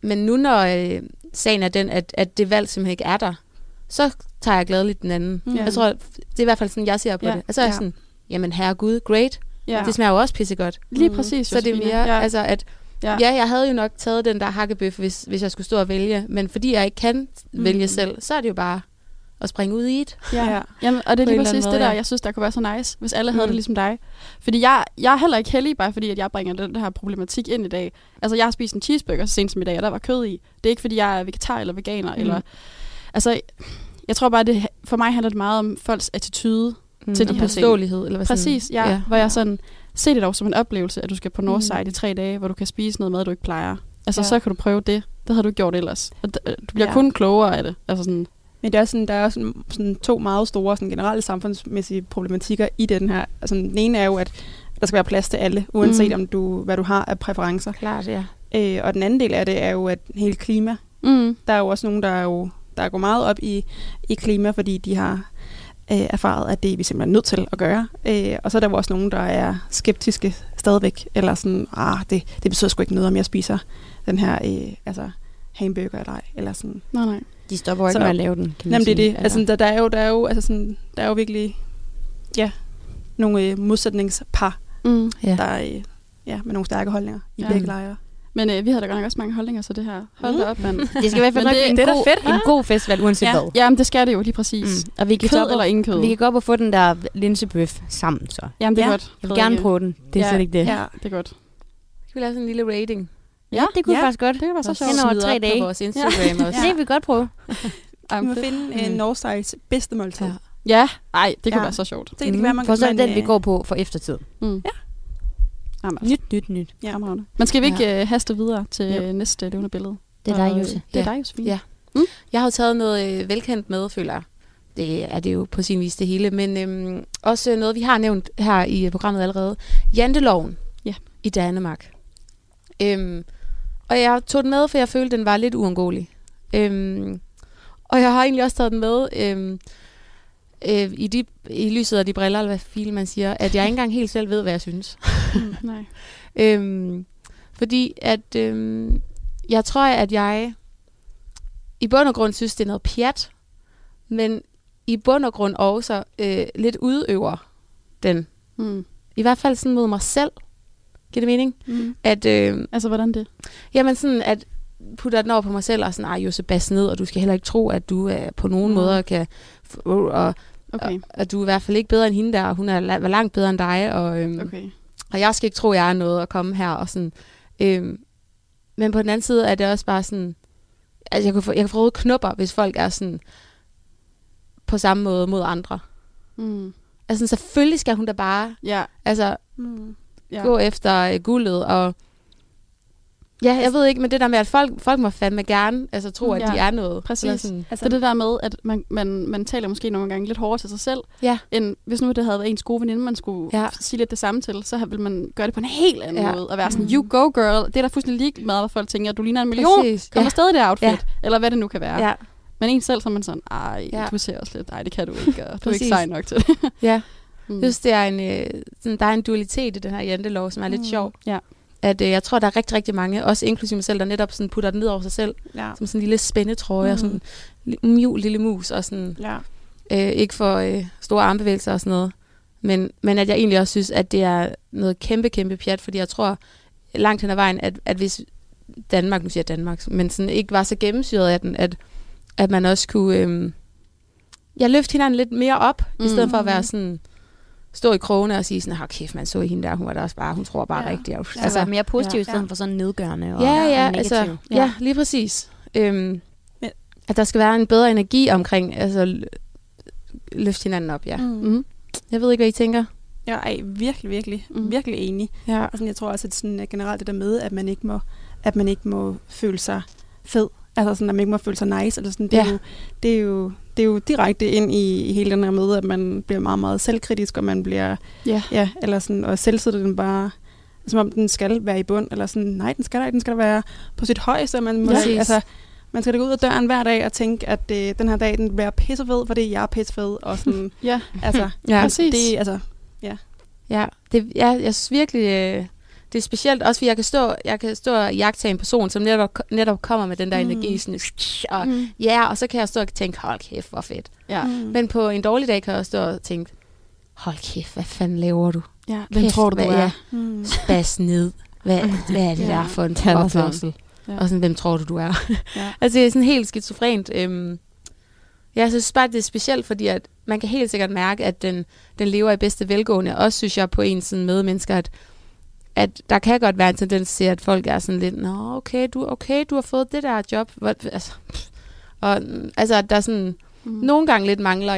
men nu når sagen er den, at det valg simpelthen ikke er der, så tager jeg gladeligt den anden. Jeg tror, det er i hvert fald sådan, jeg ser på det. Altså er jeg sådan, jamen herregud, great. Det smager jo også pissegodt. Lige præcis. Så det er mere, altså at, jeg havde jo nok taget den der hakkebøf, hvis jeg skulle stå og vælge, men fordi jeg ikke kan vælge selv, så er det jo bare at springe ud i et. Jamen, og det er lige præcis det der, jeg synes, der kunne være så nice, hvis alle havde det ligesom dig. Fordi jeg er heller ikke heldig, bare fordi at jeg bringer den her problematik ind i dag. Altså, jeg har spist en cheeseburger så sent som i dag, og der var kød i. Det er ikke, fordi jeg er vegetar eller veganer, eller... Altså, jeg tror bare, det for mig handler det meget om folks attitude til de her forståelighed, eller hvad præcis, hvor jeg sådan... Se det dog som en oplevelse, at du skal på Northside i 3 dage, hvor du kan spise noget mad, du ikke plejer. Altså, så kan du prøve det. Det havde du ikke gjort ellers. Og du bliver kun klogere af det. Altså sådan... Men det er sådan, der er også sådan 2 meget store sådan generelle samfundsmæssige problematikker i den her. Altså, den ene er jo, at der skal være plads til alle, uanset om hvad du har af præferencer. Klart, og den anden del af det er jo, at hele klima. Der er jo også nogen, der går meget op i klima, fordi de har erfaret, at det er vi simpelthen nødt til at gøre. Og så er der jo også nogen, der er skeptiske stadigvæk, eller sådan, det betyder sgu ikke noget, om jeg spiser den her hamburger eller ej, eller sådan. Nej. De stopper ikke med at lave den, kan man sige. Det. Altså, der er jo virkelig nogle modsætningspar, der med nogle stærke holdninger i begge lejre. Men vi havde da godt nok også mange holdninger, så det her. Hold da op, mand. Det skal i hvert fald blive en god festival, uanset hvad. Jamen, det skal det jo lige præcis. Og vi kan kød eller ingen kød. Vi kan gå op og få den der linsebøf sammen, så. Jamen, det er godt. Jeg vil gerne prøve den. Det er slet ikke det. Ja, det er godt. Skal vi lave sådan en lille rating? Ja, det kunne faktisk godt. Det kunne være så sjovt. Hen over 3 dage. På vores Instagram også. Det vil vi godt prøve. Vi må finde Northsides bedste måltid. Ja, det kunne være så sjovt. Det kan være, man for så er den, vi går på for eftertid. Nyt. Ja. Men skal vi ikke haste videre til næste levende billede? Det er dig, Jose. Det er dig, Josefine. Ja. Jeg har jo taget noget velkendt med, føler jeg. Det er det jo på sin vis det hele. Men også noget, vi har nævnt her i programmet allerede. Janteloven i Danmark. Og jeg tog den med, for jeg følte, den var lidt uundgåelig. Og jeg har egentlig også taget den med i lyset af de briller, eller hvad fil man siger, at jeg ikke engang helt selv ved, hvad jeg synes. Nej. Fordi at jeg tror, at jeg i bund og grund synes, det er noget pjat, men i bund og grund også lidt udøver den. I hvert fald sådan mod mig selv. Giver det mening? At, altså, hvordan det? Jamen sådan, at putter den over på mig selv, og sådan, Jose, bas ned, og du skal heller ikke tro, at du på nogen måder kan... Og at du er i hvert fald ikke bedre end hende der, og hun var langt bedre end dig, og jeg skal ikke tro, at jeg er noget at komme her, og sådan. Men på den anden side er det også bare sådan... Altså, jeg kan få røde knupper, hvis folk er sådan... på samme måde mod andre. Altså, selvfølgelig skal hun da bare... gå efter guldet, og ja, jeg ved ikke, men det der med, at folk må fandme gerne tro, at de er noget. Præcis. Sådan. Altså, det der med, at man taler måske nogle gange lidt hårdere til sig selv, end hvis nu det havde været ens gode veninde, man skulle sige lidt det samme til, så ville man gøre det på en helt anden måde, og være sådan, you go girl, det er da fuldstændig lige med, at folk tænker, at du ligner 1 million, kommer stadig det outfit, eller hvad det nu kan være. Ja. Men en selv, så er man sådan, du ser også lidt, det kan du ikke, og du er ikke sej nok til det. Ja. Jeg synes, det er der er en dualitet i den her jantelov, som er lidt sjov. Ja. At jeg tror, der er rigtig, rigtig mange, også inklusive mig selv, der netop sådan putter den ned over sig selv, som sådan en lille spændetrøje, og sådan en mjul lille mus, og sådan ikke for store armbevægelser og sådan noget. Men at jeg egentlig også synes, at det er noget kæmpe, kæmpe pjat, fordi jeg tror langt hen ad vejen, at hvis Danmark, nu siger Danmark, men sådan ikke var så gennemsyret af den, at man også kunne løfte hinanden lidt mere op, i stedet for at være sådan... stå i krogene og sige sådan, kæft, man så i hende der, hun var der også bare, hun tror bare rigtigt. Altså mere positiv i stedet for sådan nedgørende og negativ. Ja, lige præcis. At der skal være en bedre energi omkring, løfte hinanden op, Jeg ved ikke, hvad I tænker. Jeg er virkelig enig. Ja. Og sådan, jeg tror også, at sådan, generelt det der med, at man ikke må føle sig fed. Altså sådan, at man ikke må føle sig nice. Eller sådan, det er jo direkte ind i hele den her med, at man bliver meget, meget selvkritisk, og man bliver, eller sådan, og selvsætter den bare, som om den skal være i bund, eller sådan, nej, den skal der ikke, den skal være på sit højeste, man må, man skal da gå ud af døren hver dag og tænke, at den her dag, den bliver pissefed, fordi jeg er pissefed, og sådan, præcis. Det, jeg synes virkelig, det er specielt, også fordi jeg kan stå og jagtage en person, som netop kommer med den der energi, sådan, og så kan jeg stå og tænke, hold kæft, hvor fedt. Ja. Men på en dårlig dag kan jeg stå og tænke, hold kæft, hvad fanden laver du? Ja, hvem tror du er? Spas ned. Hvad er det der for en opførsel? Ja. Og sådan, hvem tror du er? Altså, det er sådan helt skizofrent. Jeg synes bare, det er specielt, fordi at man kan helt sikkert mærke, at den lever i bedste velgående. Også synes jeg på en sådan medmennesker, at der kan godt være en tendens til, at folk er sådan lidt, nå, okay, du har fået det der job. Altså, at der sådan nogle gange lidt mangler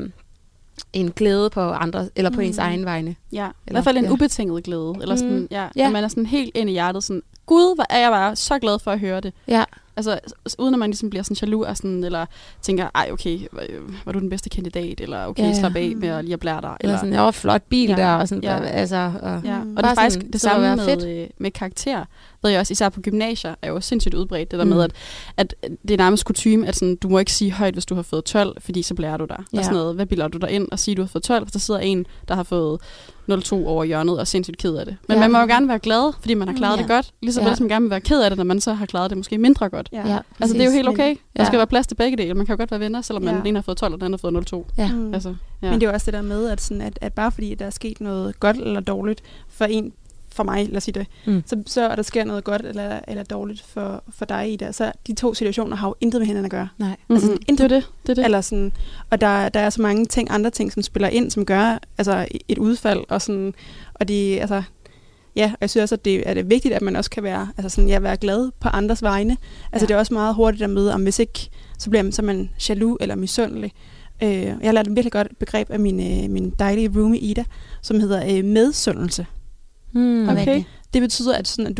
en glæde på andre, eller på ens egen vegne. Ja, i hvert fald en ubetinget glæde. Eller sådan, at man er sådan helt ind i hjertet, sådan, Gud, hvor er jeg bare så glad for at høre det. Ja. Altså, uden at man ligesom bliver sådan jaloux, og sådan, eller tænker, ej, okay, var du den bedste kandidat, eller okay, slap af med at lige at blære dig. Eller sådan, jeg var flot bil der, og sådan, altså. Og det er faktisk det samme med karakter. Ved jeg også, især på gymnasier, er jo sindssygt udbredt, det der med, at det er nærmest kutyme, at sådan, du må ikke sige højt, hvis du har fået 12, fordi så blærer du dig. Og sådan noget, hvad bilder du dig ind og siger, du har fået 12, hvis der sidder en, der har fået 0,2 over hjørnet, og sindssygt ked af det. Men man må jo gerne være glad, fordi man har klaret det godt, lige så vel som man gerne vil være ked af det, når man så har klaret det måske mindre godt. Ja, altså det er jo helt okay. Der skal være plads til begge dele. Man kan jo godt være venner, selvom den ene har fået 12, og den anden har fået 0,2. Ja. Altså, Men det er jo også det der med, at, sådan, at bare fordi der er sket noget godt eller dårligt for mig, lad os sige det, så er der sker noget godt eller dårligt for dig i det. Så de to situationer har jo intet med hinanden at gøre. Nej. Altså, intet. Det er det. Eller sådan, og der er så mange andre ting, som spiller ind, som gør altså, et udfald, og sådan, og de, altså, ja, og jeg synes også, at det er vigtigt, at man også kan være, altså sådan, være glad på andres vegne. Altså det er også meget hurtigt at møde, om hvis ikke, så bliver man jaloux eller misundelig. Jeg har lært et virkelig godt begreb af min dejlige roomie Ida, som hedder medsundelse. Okay. Det betyder, at, sådan, at du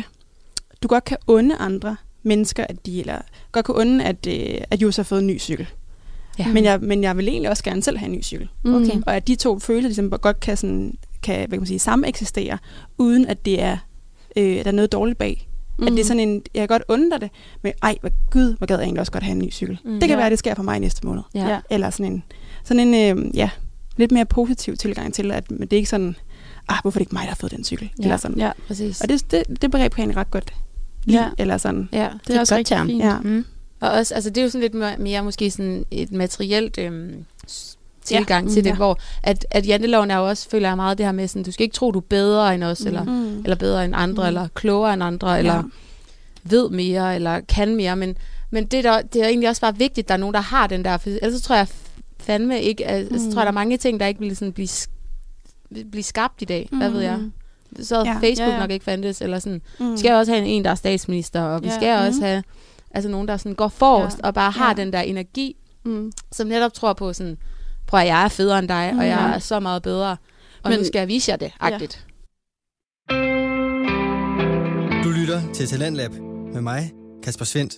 godt kan unde andre mennesker, godt kan unde, at Jus har fået en ny cykel. Ja. Men jeg vil egentlig også gerne selv have en ny cykel. Okay. Og at de to følelser ligesom godt kan hvad kan man sige, samme eksistere, uden at det er der er noget dårligt bag. At det er sådan en, jeg kan godt undre det, men hvor gad jeg egentlig også godt have en ny cykel. Det kan være, at det sker for mig næste måned. Ja. Eller sådan en lidt mere positiv tilgang til, at det er ikke sådan, hvorfor er det ikke mig, der har fået den cykel? Ja. Eller sådan. Ja, præcis. Og det begreb kan jeg ret godt lide. Ja. Eller sådan. Ja, det er også rigtig fint. Ja. Og også, altså det er jo sådan lidt mere måske sådan et materielt tilgang til det, hvor at janteloven er jo også, føler jeg meget det her med sådan, du skal ikke tro, du er bedre end os, eller bedre end andre, eller klogere end andre, eller ved mere, eller kan mere, men det er egentlig også bare vigtigt, at der er nogen, der har den der, ellers så tror jeg fandme ikke, så tror jeg, der er mange ting, der ikke vil sådan blive skabt i dag, hvad ved jeg. Så Facebook nok ikke fandtes, eller sådan, vi skal også have en, der er statsminister, og vi skal også have altså nogen, der sådan går forrest, og bare har den der energi, som netop tror på sådan, prøv at jeg er federe end dig, og jeg er så meget bedre, og nu skal jeg vise jer det, agtigt. Du lytter til Talentlab med mig, Kasper Svendt.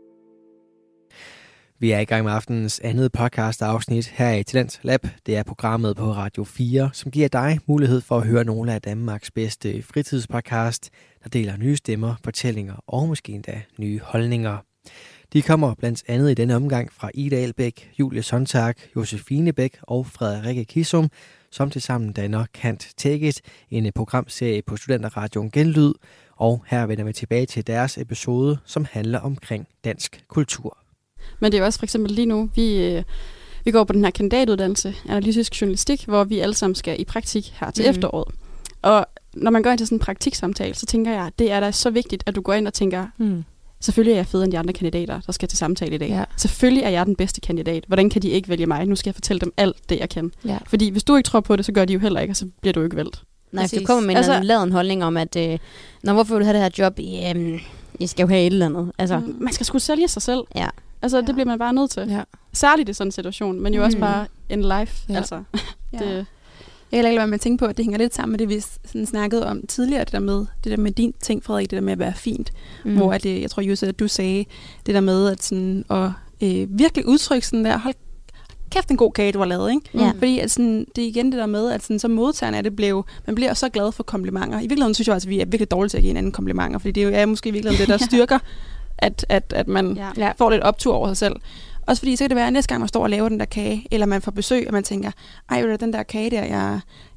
Vi er i gang med aftenens andet podcast-afsnit her i Talentlab. Det er programmet på Radio 4, som giver dig mulighed for at høre nogle af Danmarks bedste fritidspodcast, der deler nye stemmer, fortællinger og måske endda nye holdninger. De kommer blandt andet i denne omgang fra Ida Elbæk, Julie Sontag, Josefine Bæk og Frederikke Kissum, som tilsammen danner Kant Take It, en programserie på Studenterradioen Genlyd. Og her vender vi tilbage til deres episode, som handler omkring dansk kultur. Men det er jo også for eksempel lige nu, vi går på den her kandidatuddannelse, analytisk journalistik, hvor vi alle sammen skal i praktik her til efteråret. Og når man går ind til sådan en praktiksamtale, så tænker jeg, det er da så vigtigt, at du går ind og tænker, selvfølgelig er jeg federe end de andre kandidater, der skal til samtale i dag. Ja. Selvfølgelig er jeg den bedste kandidat. Hvordan kan de ikke vælge mig? Nu skal jeg fortælle dem alt det, jeg kan. Ja. Fordi hvis du ikke tror på det, så gør de jo heller ikke, og så bliver du ikke valgt. Nej, for du kommer med en laden holdning om, at hvorfor vil du have det her job? I skal jo have et eller andet. Altså. Man skal sgu sælge sig selv. Ja. Altså, det bliver man bare nødt til. Ja. Særligt i sådan en situation, men jo også bare in life. Ja. Altså, det. Jeg kan ikke lade være med at tænke på, at det hænger lidt sammen med det, vi sådan snakkede om tidligere, det der med din ting, Frederik, det der med at være fint. Hvor at, jeg tror, Jose, at du sagde det der med at, sådan, at virkelig udtrykke sådan der, hold kæft en god kage, du har lavet, ikke? Ja. Fordi at, sådan, det er igen det der med, at sådan, så modtagerne af det man bliver så glad for komplimenter. I virkeligheden synes jeg også, at vi er virkelig dårlige til at give hinanden komplimenter, fordi det er måske i virkeligheden det, der styrker, at man får lidt optur over sig selv. Også fordi, så kan det være, at næste gang man står og laver den der kage, eller man får besøg, og man tænker, den der kage der, jeg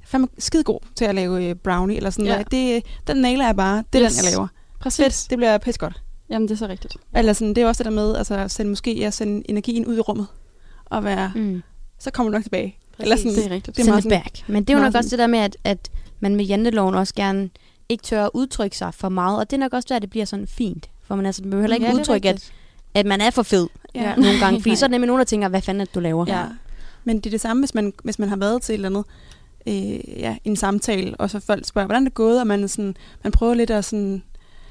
fandme skide god til at lave brownie, eller sådan noget. Den nailer jeg bare. Det er den, jeg laver. Præcis. Fedt, det bliver pisse godt. Jamen, det er så rigtigt. Eller sådan, det er også det der med, altså at sende energien ud i rummet, og være, så kommer du nok tilbage. Eller sådan, det er rigtigt. Det er meget back. Men det er jo nok også det der med, at man med janteloven også gerne ikke tør at udtrykke sig for meget, og det er nok også der, det bliver sådan fint. For man altså behøver heller ikke udtrykke, at man er for fed nogle gange. Fordi så er det nemlig nogen, der tænker, hvad fanden er det, du laver? Ja. Men det er det samme, hvis man har været til et eller andet, en samtale, og så folk spørger, hvordan det er gået, og man prøver lidt at sådan,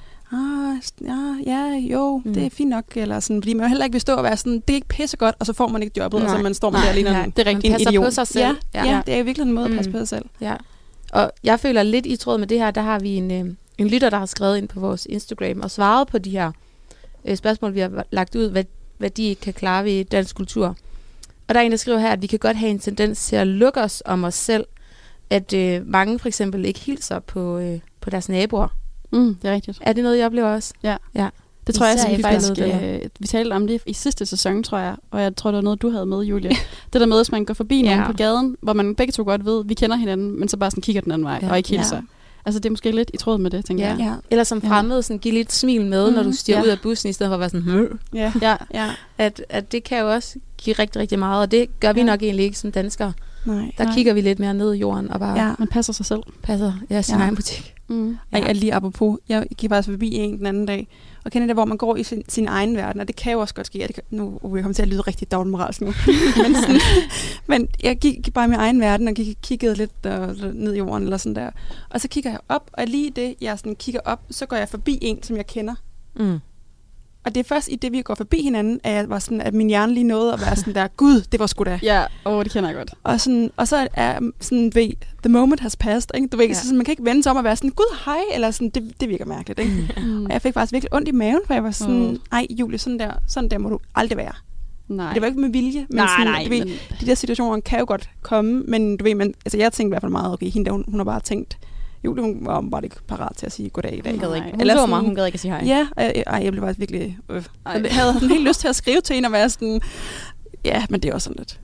det er fint nok, eller sådan, fordi man heller ikke vil stå og være sådan, det er ikke pissegodt, og så får man ikke jobbet, og så man står med der lige det er rigtigt, passer på sig selv. Ja, det er jo virkelig en måde at passe på sig selv. Ja. Og jeg føler lidt i tråd med det her, der har vi en lytter, der har skrevet ind på vores Instagram og svaret på de her spørgsmål, vi har lagt ud, hvad de ikke kan klare ved dansk kultur. Og der er en, der skriver her, at vi kan godt have en tendens til at lukke os om os selv, at mange for eksempel ikke hilser på deres naboer. Det er rigtigt. Er det noget, jeg oplever også? Ja. Det tror jeg, vi faktisk vi talte om det i sidste sæson, tror jeg. Og jeg tror, det var noget, du havde med, Julie. Det der med, at man går forbi nogen på gaden, hvor man begge to godt ved, vi kender hinanden, men så bare sådan kigger den anden vej, og ikke hilser. Altså, det er måske lidt i tråd med det, tænker jeg. Ja. Eller som fremmede, sådan, give lidt smil med, når du stiger ud af bussen, i stedet for at være sådan, At det kan jo også give rigtig, rigtig meget, og det gør vi nok egentlig ikke som danskere. Der kigger vi lidt mere ned i jorden, og bare man passer sig selv. Passer sin egen butik. Jeg lige apropos, jeg gik faktisk forbi en den anden dag, og kender det, hvor man går i sin egen verden, og det kan jo også godt ske. Nu vil jeg komme til at lyde rigtig dobbeltmoralsk nu. men jeg gik bare i min egen verden, og kiggede lidt ned i jorden, eller sådan der. Og så kigger jeg op, og lige det, jeg sådan kigger op, så går jeg forbi en, som jeg kender. Og det er først i det, vi går forbi hinanden, at jeg var sådan, at min hjerne lige nåede at være sådan der, gud, det var sgu da. Ja, det kender jeg godt. Og så er sådan, the moment has passed, ikke? Du ved, så man kan ikke vende sig om at være sådan, gud, hej, eller sådan, det virker mærkeligt, ikke? Og jeg fik faktisk virkelig ondt i maven, for jeg var sådan, ej, Julie, sådan der må du aldrig være. Nej. Det var ikke med vilje, men de der situationer kan jo godt komme, men du ved, jeg tænkte i hvert fald meget, okay, hende der, hun har bare tænkt, Julie, hun var bare ikke parat til at sige goddag i dag. Hun gad ikke. Hun gad ikke at sige hej. Ja, jeg blev faktisk virkelig... Jeg havde helt lyst til at skrive til hende og være sådan... Ja, men det er også sådan lidt.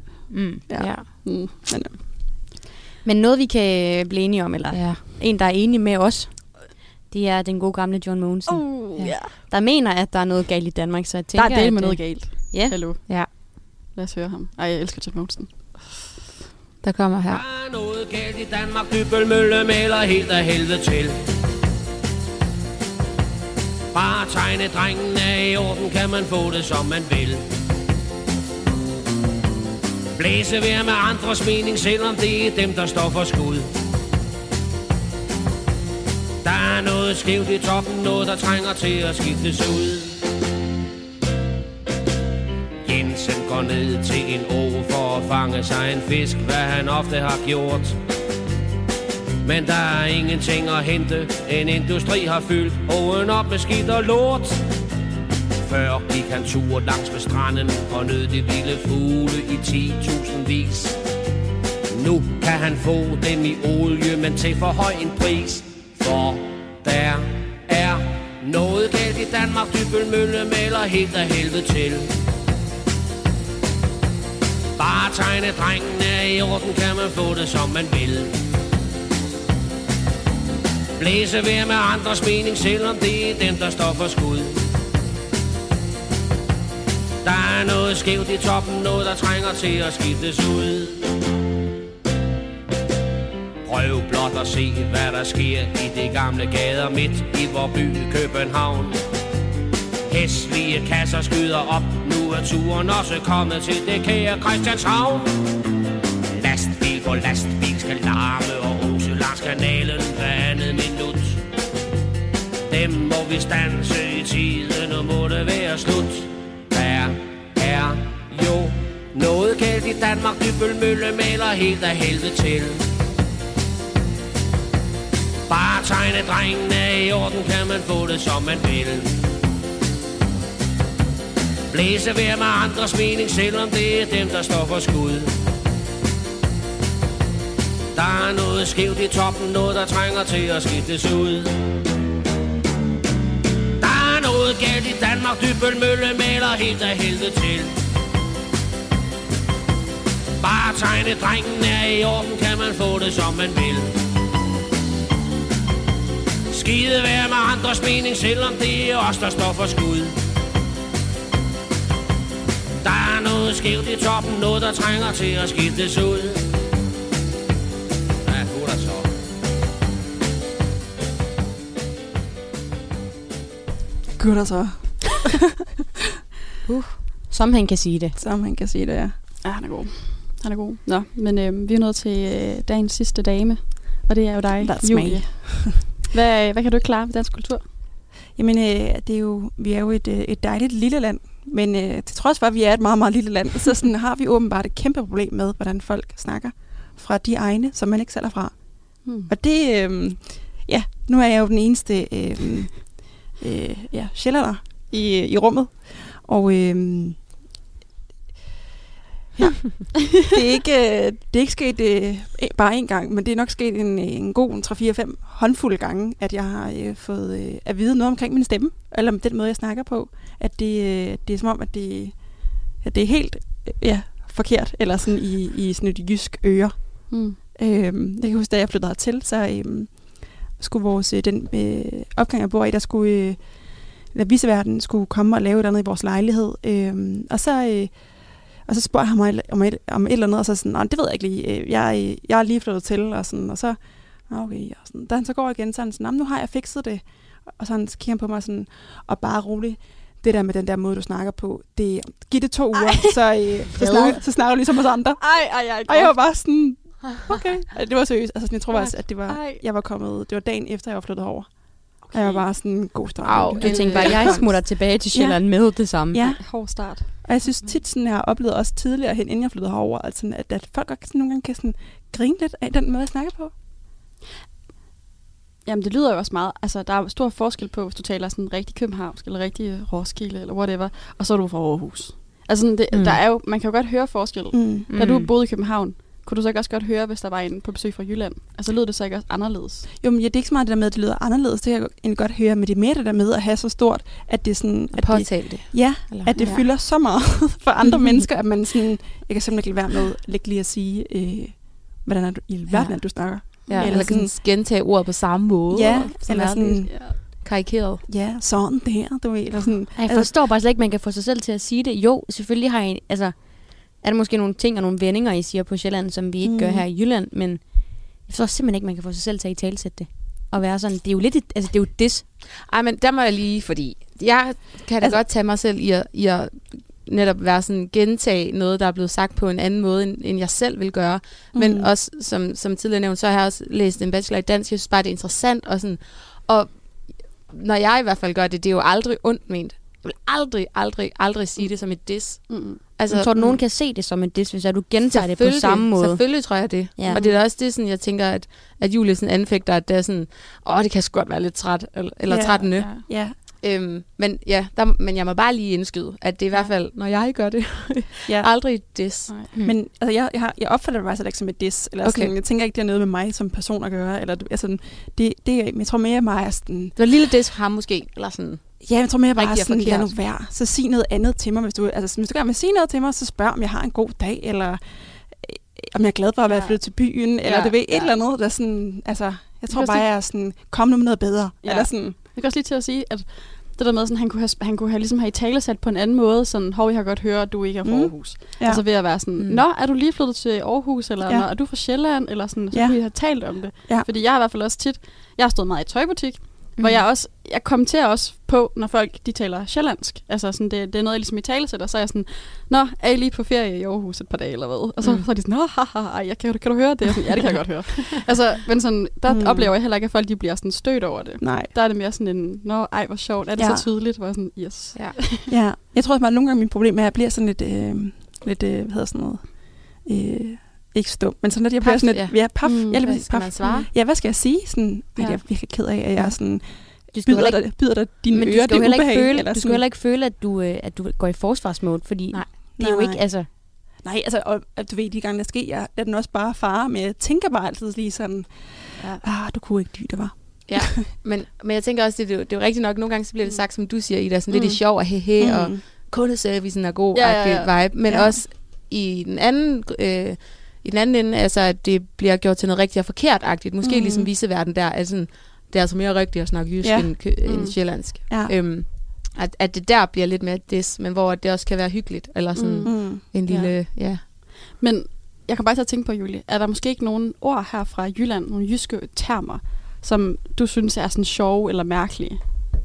Men noget, vi kan blive enige om, eller en, der er enig med os, det er den gode gamle John Mogensen. Der mener, at der er noget galt i Danmark, så jeg tænker... Der er med noget galt. Ja. Hallo. Ja. Lad os høre ham. Jeg elsker John Mogensen. Der kommer her. Der er noget galt i Danmark, Dybbølmølle maler helt af helvede til. Bare tegnedrengen er i orden, kan man få det som man vil. Blæse vejr med andres mening, selvom det er dem, der står for skud. Der er noget skævt i toppen, noget der trænger til at skiftes ud. Jensen går ned til en å for at fange sig en fisk, hvad han ofte har gjort. Men der er ingenting at hente, en industri har fyldt åen op med skidt og lort. Før gik han tur langs med stranden og nød de vilde fugle i 10.000 vis. Nu kan han få dem i olie, men til for høj en pris. For der er noget galt i Danmark, Dybbølmølle maler helt af helvede til. Bare tegnedrengen er i orden, kan man få det som man vil. Blæse vejr med andres mening, selvom det er dem, der står for skud. Der er noget skævt i toppen, noget der trænger til at skiftes ud. Prøv blot at se, hvad der sker i de gamle gader midt i vor by København. Hæslige kasser skyder op, nu er turen også kommet til det kære Christianshavn. Lastbil på lastbil skal larme og ose langs kanalen hver andet minut. Dem må vi standse i tiden, og må det være slut. Der er jo noget galt i Danmark, Dybbølmølle maler helt af helvede til. Bare tegnedrengen er i orden, kan man få det som man vil. Blæse vejr med andres mening, selvom det er dem, der står for skud. Der er noget skævt i toppen, noget der trænger til at skiftes ud. Der er noget galt i Danmark, Dybbølmølle maler helt af helvede til. Bare tegnedrengen er i orden, kan man få det som man vil. Skide være med andres mening, selvom det er os, der står for skud. Der er noget skævt i toppen, noget der trænger til at skiftes ud. Hvad er der så? Gud der så. Som han kan sige det. Som han kan sige det, ja. Ja, han er god. Han er god. Nå, men vi er nået til dagens sidste dame, og det er jo dig, Julie. Hvad kan du ikke klare ved dansk kultur? Jamen, det er jo, vi er jo et dejligt lille land, men til trods for, at vi er et meget, meget lille land, så sådan, har vi åbenbart et kæmpe problem med, hvordan folk snakker fra de egne, som man ikke selv er fra. Og det, nu er jeg jo den eneste sjællander i rummet, og det er ikke sket bare en gang, men det er nok sket en god 3-4-5 håndfulde gange, at jeg har fået at vide noget omkring min stemme, eller om den måde, jeg snakker på, at det er som om, at det er helt forkert, eller sådan i sådan et jysk øre. Jeg kan huske, da jeg flyttede hertil, så skulle vores den opgang, jeg bor i, der skulle viceverden skulle komme og lave et andet i vores lejlighed, og så spørger han mig om et eller andet, og så sådan, det ved jeg ikke lige. Jeg er lige flyttet til, og sådan, og så, okay, og sådan. Da han så går igen, så er han sådan, nu har jeg fikset det. Og så kigger han på mig sådan, og bare roligt, det der med den der måde, du snakker på, giv det 2 uger, så snakker du ligesom os andre. Og jeg var bare sådan, okay. Det var seriøst. Altså, jeg tror faktisk, at jeg var kommet, det var dagen efter, jeg var flyttet over. Okay. Jeg var bare sådan en god start. Du tænkte bare, jeg smutter tilbage til Sjælland med det samme. Ja. Hård start. Og jeg synes tit, sådan, jeg har oplevet også tidligere hen, inden jeg flyttede herover, altså, at folk også nogle gange kan sådan, grine lidt af den måde, jeg snakker på. Jamen, det lyder jo også meget. Altså, der er stor forskel på, hvis du taler sådan rigtig københavnsk, eller rigtig Roskilde, eller whatever, og så er du fra Aarhus. Altså, der er jo, man kan jo godt høre forskel. Da du boede i København, kunne du så ikke også godt høre, hvis der var en på besøg fra Jylland? Altså, lød det så ikke også anderledes? Jo, men det er ikke så meget det der med, at det lyder anderledes. Det kan jeg egentlig godt høre, men det er mere det der med at have så stort, at det er sådan... At påtale det. Ja, at det fylder så meget for andre mennesker, at man sådan... Jeg kan simpelthen ikke være med lige at sige, hvordan er du i verden, du snakker. Ja, eller sådan gentage ordet på samme måde. Ja, eller sådan... Karikeret. Ja, sådan der, du ved. Eller sådan, jeg forstår bare slet ikke, man kan få sig selv til at sige det. Jo, selvfølgelig har I... Altså, er der måske nogle ting og nogle vendinger, I siger på Sjælland, som vi ikke gør her i Jylland, men jeg forstår simpelthen ikke, man kan få sig selv til at italesætte det. Og være sådan, det er jo lidt, det er jo dis. Ej, men der må jeg lige, fordi jeg kan da godt tage mig selv i at netop være sådan, gentage noget, der er blevet sagt på en anden måde, end jeg selv vil gøre. Men også, som tidligere nævnt, så har jeg også læst en bachelor i dansk. Jeg synes bare, det er interessant. Og når jeg i hvert fald gør det, det er jo aldrig ondt ment. Jeg vil aldrig sige det som et diss. Altså, jeg tror, at nogen kan se det som et diss, hvis du gentager det på samme måde. Selvfølgelig tror jeg det. Ja. Og det er også det, sådan, jeg tænker, at Julie sådan anfægter, at det er sådan, det kan sgu godt være lidt træt, eller trættende. Ja. Men jeg må bare lige indskyde, at det er i hvert fald, når jeg gør det, aldrig diss. Men altså, jeg opfatter det faktisk ikke som et diss. Eller sådan, jeg tænker ikke, det har noget med mig som person at gøre. Eller, altså, jeg tror mere mig er sådan... Det var en lille diss for ham måske, eller sådan... Ja, jeg tror mere bare sådan, lad nu være. Så sig noget andet til mig. Hvis du gerne vil sige noget til mig, så spørg, om jeg har en god dag, eller om jeg er glad for at være flyttet til byen, eller det ved et eller andet, der sådan, altså, jeg tror bare, jeg er sådan, kom nu med noget bedre. Ja. Eller sådan. Jeg kan også lige til at sige, at det der med, sådan, han kunne have ligesom have italesat på en anden måde, sådan, jeg har godt hørt, at du ikke er fra Aarhus. Ja. Altså ved at være sådan, er du lige flyttet til Aarhus, eller er du fra Sjælland, eller sådan, så kunne I have talt om det. Ja. Fordi jeg har i hvert fald også tit, jeg har stået meget i tøjbutik, hvor jeg kommenterer også på, når folk de taler sjællandsk. Altså sådan, det er noget, jeg ligesom i talesætter, så er jeg sådan, er I lige på ferie i Aarhus et par dage, eller hvad? Og så er de sådan, kan du høre det? Sådan, ja, det kan jeg godt høre. Altså, men sådan, der oplever jeg heller ikke, at folk de bliver sådan stødt over det. Nej. Der er det mere sådan en, hvor sjovt, er det så tydeligt? Hvor jeg sådan, yes. Ja. Jeg tror også, at nogle gange min problem er, at jeg bliver sådan lidt hvad hedder sådan noget... ikke stum, men sådan, at jeg bliver sådan lidt... Ja, paf. Hvad skal man svare? Ja, hvad skal jeg sige? Sådan, jeg er virkelig ked af, at jeg er sådan... Byder dig dine ører, det ubehag. Du skal heller ikke føle, at du går i forsvarsmode, fordi det er jo ikke... Altså... Nej, altså, og du ved, de gange, der sker, er den også bare fare, men jeg tænker bare altid lige sådan... du kunne ikke lide det, var. Ja, men jeg tænker også, det er jo rigtigt nok, nogle gange så bliver det sagt, som du siger, Ida, sådan lidt i sjov og og kundeservicen er god, vibe, men også i den anden... I den anden ende, altså, at det bliver gjort til noget rigtigt og forkert-agtigt. Måske ligesom viseverden der, altså, det er altså mere rigtigt at snakke jysk end sjællandsk. Ja. At det der bliver lidt mere des, men hvor det også kan være hyggeligt, eller sådan en lille, Men jeg kan bare til at tænke på, Julie, er der måske ikke nogen ord her fra Jylland, nogle jyske termer, som du synes er sådan sjove eller mærkelige?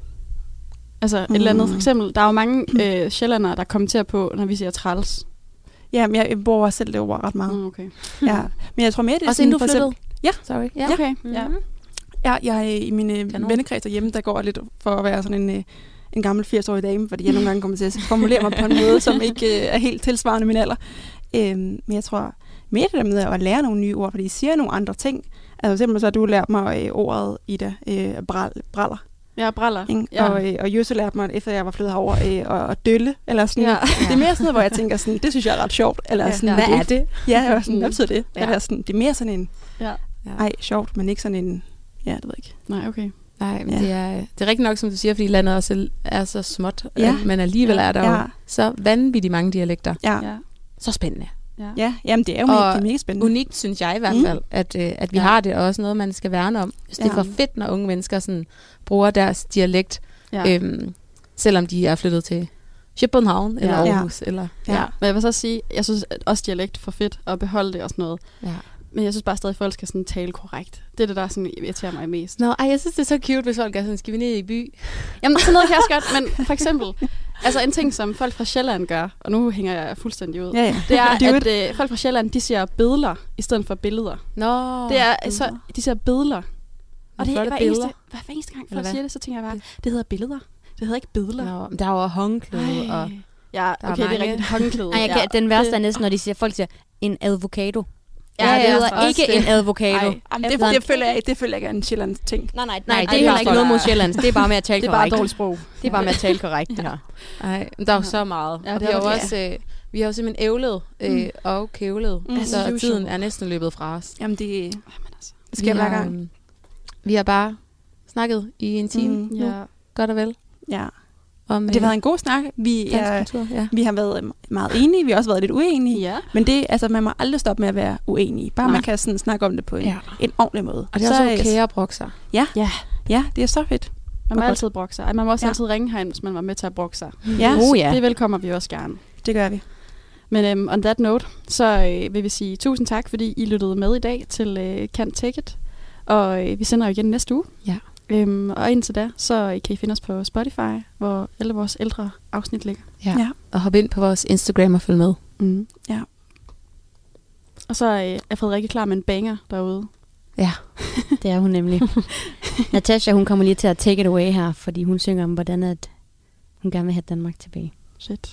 Altså et eller andet, for eksempel, der er jo mange sjællandere, der kommenterer på, når vi siger træls. Ja, men jeg bruger selv det ord ret meget. Okay. Ja, men jeg tror mere, det er også sådan... Også inden du flyttede? Ja. Sorry. Ja. Okay. Ja, jeg i mine vennekreds derhjemme, der går lidt for at være sådan en gammel 80-årig dame, fordi jeg nogle gange kommer til at formulere mig på en måde, som ikke er helt tilsvarende min alder. Men jeg tror mere det der med at lære nogle nye ord, fordi I siger nogle andre ting. Altså simpelthen så har du lært mig ordet, Ida, braller. Ja, braller. Ja. Og Jøsse lærte mig, efter jeg var flyttet herover, at dølle. Eller sådan. Ja. Det er mere sådan noget, hvor jeg tænker, sådan, det synes jeg er ret sjovt. Eller sådan, hvad er det? Ja, jeg var sådan, hvad betyder det? Ja. Eller sådan, det er mere sådan en, ej, sjovt, men ikke sådan en, det ved jeg ikke. Nej, okay. Nej, men det er rigtigt nok, som du siger, fordi landet også er så småt, men alligevel er der jo så vanvittigt mange dialekter. Ja. Så spændende. Ja, jamen det er jo mega spændende. Unikt, synes jeg i hvert fald, at vi har det, og også noget, man skal værne om. Det er for fedt, når unge mennesker sådan, bruger deres dialekt, selvom de er flyttet til København eller Aarhus. Eller, Men jeg vil så sige, jeg synes også dialekt er for fedt at beholde det og sådan noget. Ja. Men jeg synes bare stadig, at folk skal sådan tale korrekt. Det er det, der sådan irriterer mig mest. Jeg synes, det er så cute, hvis folk er sådan, skal vi ned i by? Jamen, sådan noget kan jeg også godt, men for eksempel, altså en ting, som folk fra Sjælland gør, og nu hænger jeg fuldstændig ud, det er, at folk fra Sjælland, de siger billeder i stedet for billeder. Det er, så de siger billeder. Og det er hver eneste gang, folk siger det, så tænker jeg bare, det hedder billeder. Det hedder ikke billeder. Der er jo håndklæde, og ja, okay, det er rigtigt håndklæde. Den værste er næsten, når folk siger en avocado. Ja, det hedder ikke en avocado. Det føler jeg ikke er en Sjællands ting. Nej, det er heller ikke noget mod Sjællands. Det er bare med at tale korrekt. Det er bare dårligt sprog. Det er bare med at tale korrekt, det her. Nej, der er jo så meget. Ja, og vi har jo simpelthen ævlet og kævlet, så tiden er næsten løbet fra os. Jamen det skal hver gang. Vi har bare snakket i en time nu. Godt og vel. Ja. Det har været en god snak. Vi har været meget enige, vi har også været lidt uenige. Men det, altså, man må aldrig stoppe med at være uenige. Bare man kan sådan snakke om det på en ordentlig måde. Og det er også okay at brokke sig. Ja, det er så fedt. Man må altid brokke sig. Man må også altid ringe herind, hvis man var med til at brokke sig. Det velkommer vi også gerne. Det gør vi. Men on that note, så vil vi sige tusind tak, fordi I lyttede med i dag til Can't Take It. Og vi sender jo igen næste uge. Ja. Og indtil da, så kan I finde os på Spotify, hvor alle vores ældre afsnit ligger. Ja. Og hoppe ind på vores Instagram og følge med. Ja. Og så er Frederikke klar med en banger derude. Ja, det er hun nemlig. Natasha, hun kommer lige til at take it away her, fordi hun synger om, hvordan at hun gerne vil have Danmark tilbage. Shit.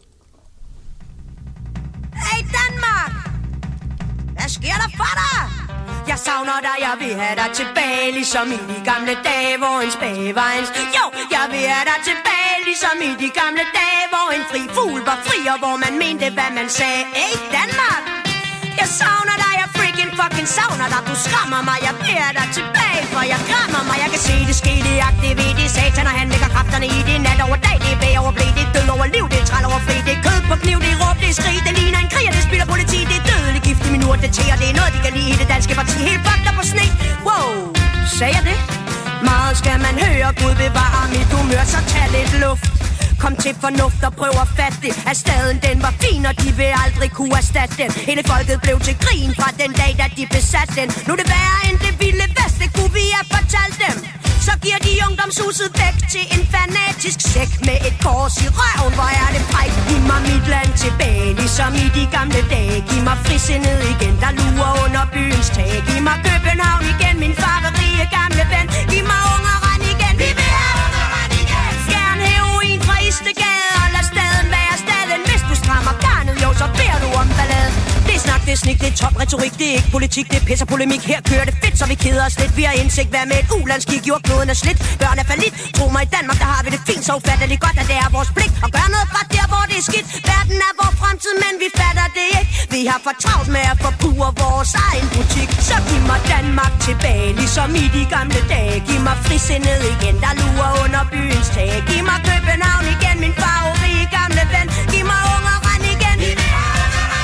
Hey Danmark! Hvad sker der for dig? Jeg savner dig, jeg vil have dig tilbage, ligesom i de gamle dage, hvor en spage var en... Jo, jeg vil have dig tilbage, ligesom i de gamle dage, hvor en fri fugl var fri, og hvor man mente, hvad man sagde. Hey Danmark! Jeg savner dig, jeg freaking fucking savner dig. Du skræmmer mig, jeg beder dig tilbage, for jeg krammer mig. Jeg kan se det ske, det aktivere, det satan, og han lægger kræfterne i det. Nat over dag, det er bag over blæ, det er død over liv, det er træl over fri. Det er kød på kniv, det er råb, det er skrig, det ligner en krig, og det spiller politi. Det er dødelig gift i min ur, det tæer, det er noget, de kan lide i det danske parti. Helt fucked up på sne. Wow, sagde jeg det? Meget skal man høre, Gud bevare mit humør, så tag lidt luft. Kom til fornuft og prøv at fatte det, at staden den var fin, og de vil aldrig kunne erstatte den. Hele folket blev til grin fra den dag, da de besatte den. Nu er det værre end det vilde vest, det kunne vi have fortalt dem. Så giver de ungdomshuset væk til en fanatisk sæk med et kors i røven. Hvor er det frækt, giv mig mit land tilbage, ligesom i de gamle dage. Giv mig frisindet igen, der lurer under byens tag. Giv mig København igen, min farverige gamle ven. Giv mig Ungeren igen, vi vil have Ungeren igen. Skærn heroin fra Istegade, og lad staden være staden. Hvis du strammer garnet, jo, så beder du om ballade. Det er snak, det er snik, det er top retorik, det er ikke politik, det er pis og polemik. Her kører det fedt, så vi keder os lidt. Vi har indsigt, hvad med et ulandskig, gjort kloden er slidt. Børn er fallit, tro mig, i Danmark, der har vi det fint. Så ufatteligt godt, at det er vores pligt at gøre noget ret der, hvor det er skidt. Verden er vores fremtid, men vi fatter det ikke. Vi har for travlt med at forpure vores egen butik. Så giv mig Danmark tilbage, ligesom i de gamle dage. Giv mig frisindet igen, der lurer under byens tag. Giv mig København igen, min farverige gamle ven. Giv mig Ungeren igen.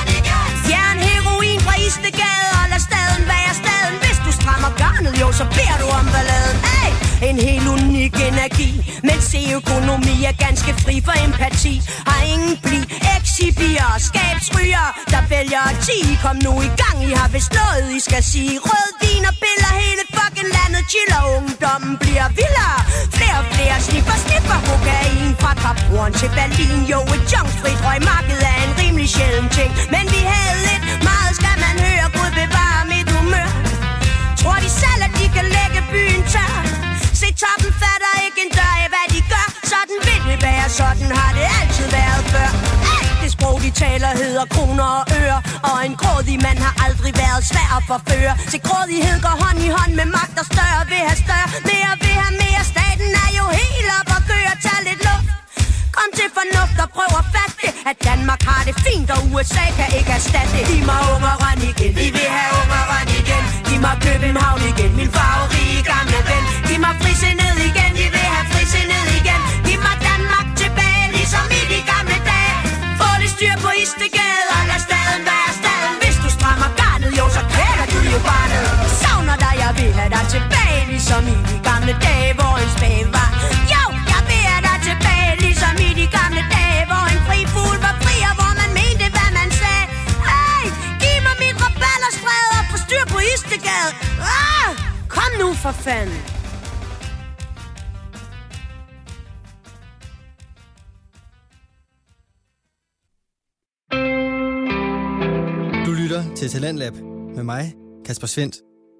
strammer garnet, jo, så beder du om balladen. Hey! En helt unik energi, men se økonomi er ganske fri for empati. Har ingen bli, exibier, skabsryger, der vælger at 10. Kom nu i gang, I har vist noget, I skal sige. Rød vin og biller, hele fucking landet chiller. Ungdommen bliver vildere, flere sniffer kokain. Fra Kaphorn til Berlin, jo, et junkfrit røgmarked er en rimelig sjælden ting. Men vi havde lidt, meget skal man høre, Gud bevare mit humør. Tror de selv, at de kan lægge byen tør? Se, toppen fatter ikke en dør af, hvad de gør. Sådan vil det være, sådan har det altid været før. Det sprog, de taler, hedder kroner og øre. Og en grådig mand har aldrig været svær at forføre. Til grådighed går hånd i hånd med magt, og større vil have større. Mere vil have mere, staten er jo helt op og køre. Tag lidt luft, kom til fornuft og prøv at fatte det, at Danmark har det fint, og USA kan ikke erstatte det. Giv mig Ungeren igen, vi vil have Ungeren igen. Giv mig København igen, min farverige gamle ven. Giv mig frisindet igen, vi vil have frisindet igen. Giv mig Danmark tilbage, ligesom i de gamle dage. Få det styr på Istegade, og lad staden være staden. Hvis du strammer garnet, jo, så kvæler du jo barnet. Savner dig, jeg vil have dig tilbage, ligesom i de gamle dage, hvor en spæg var. Jo, jeg vil have dig tilbage, ligesom i de gamle dage, hvor en fri fugl var fri, og hvor man mente, hvad man sagde. Hey, giv mig mit rabalderstræd og få styr på Istegade. Kom nu for fanden. Du lytter til Talentlab med mig, Kasper Svendt.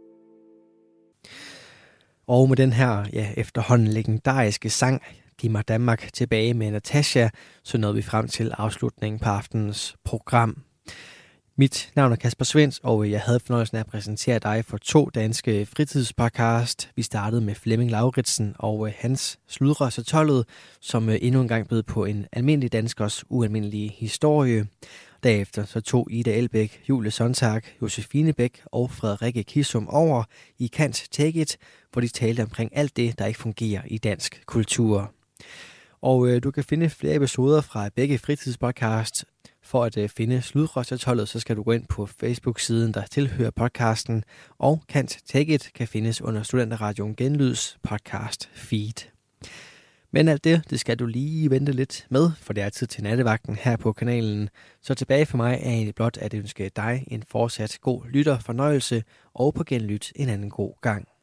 Og med den her efterhånden legendariske sang, Giv mig Danmark tilbage med Natasha, så nåede vi frem til afslutningen på aftenens program. Mit navn er Kasper Svendt, og jeg havde fornøjelsen af at præsentere dig for 2 danske fritidspodcast. Vi startede med Flemming Lauritsen og hans Sludre så tollet, som endnu en gang bød på en almindelig danskers ualmindelige historie. Derefter så tog Ida Elbæk, Julie Sontag, Josefine Bæk og Frederikke Kissum over i Can't Take It, hvor de talte omkring alt det, der ikke fungerer i dansk kultur. Og du kan finde flere episoder fra begge fritidspodcast. For at finde Sludrøsatollet, så skal du gå ind på Facebook-siden, der tilhører podcasten, og Can't Take It kan findes under Studenterradioen Genlyds podcast feed. Men alt det skal du lige vente lidt med, for det er tid til nattevagten her på kanalen. Så tilbage for mig er egentlig blot at ønske dig en fortsat god lytterfornøjelse, og på genlyt en anden god gang.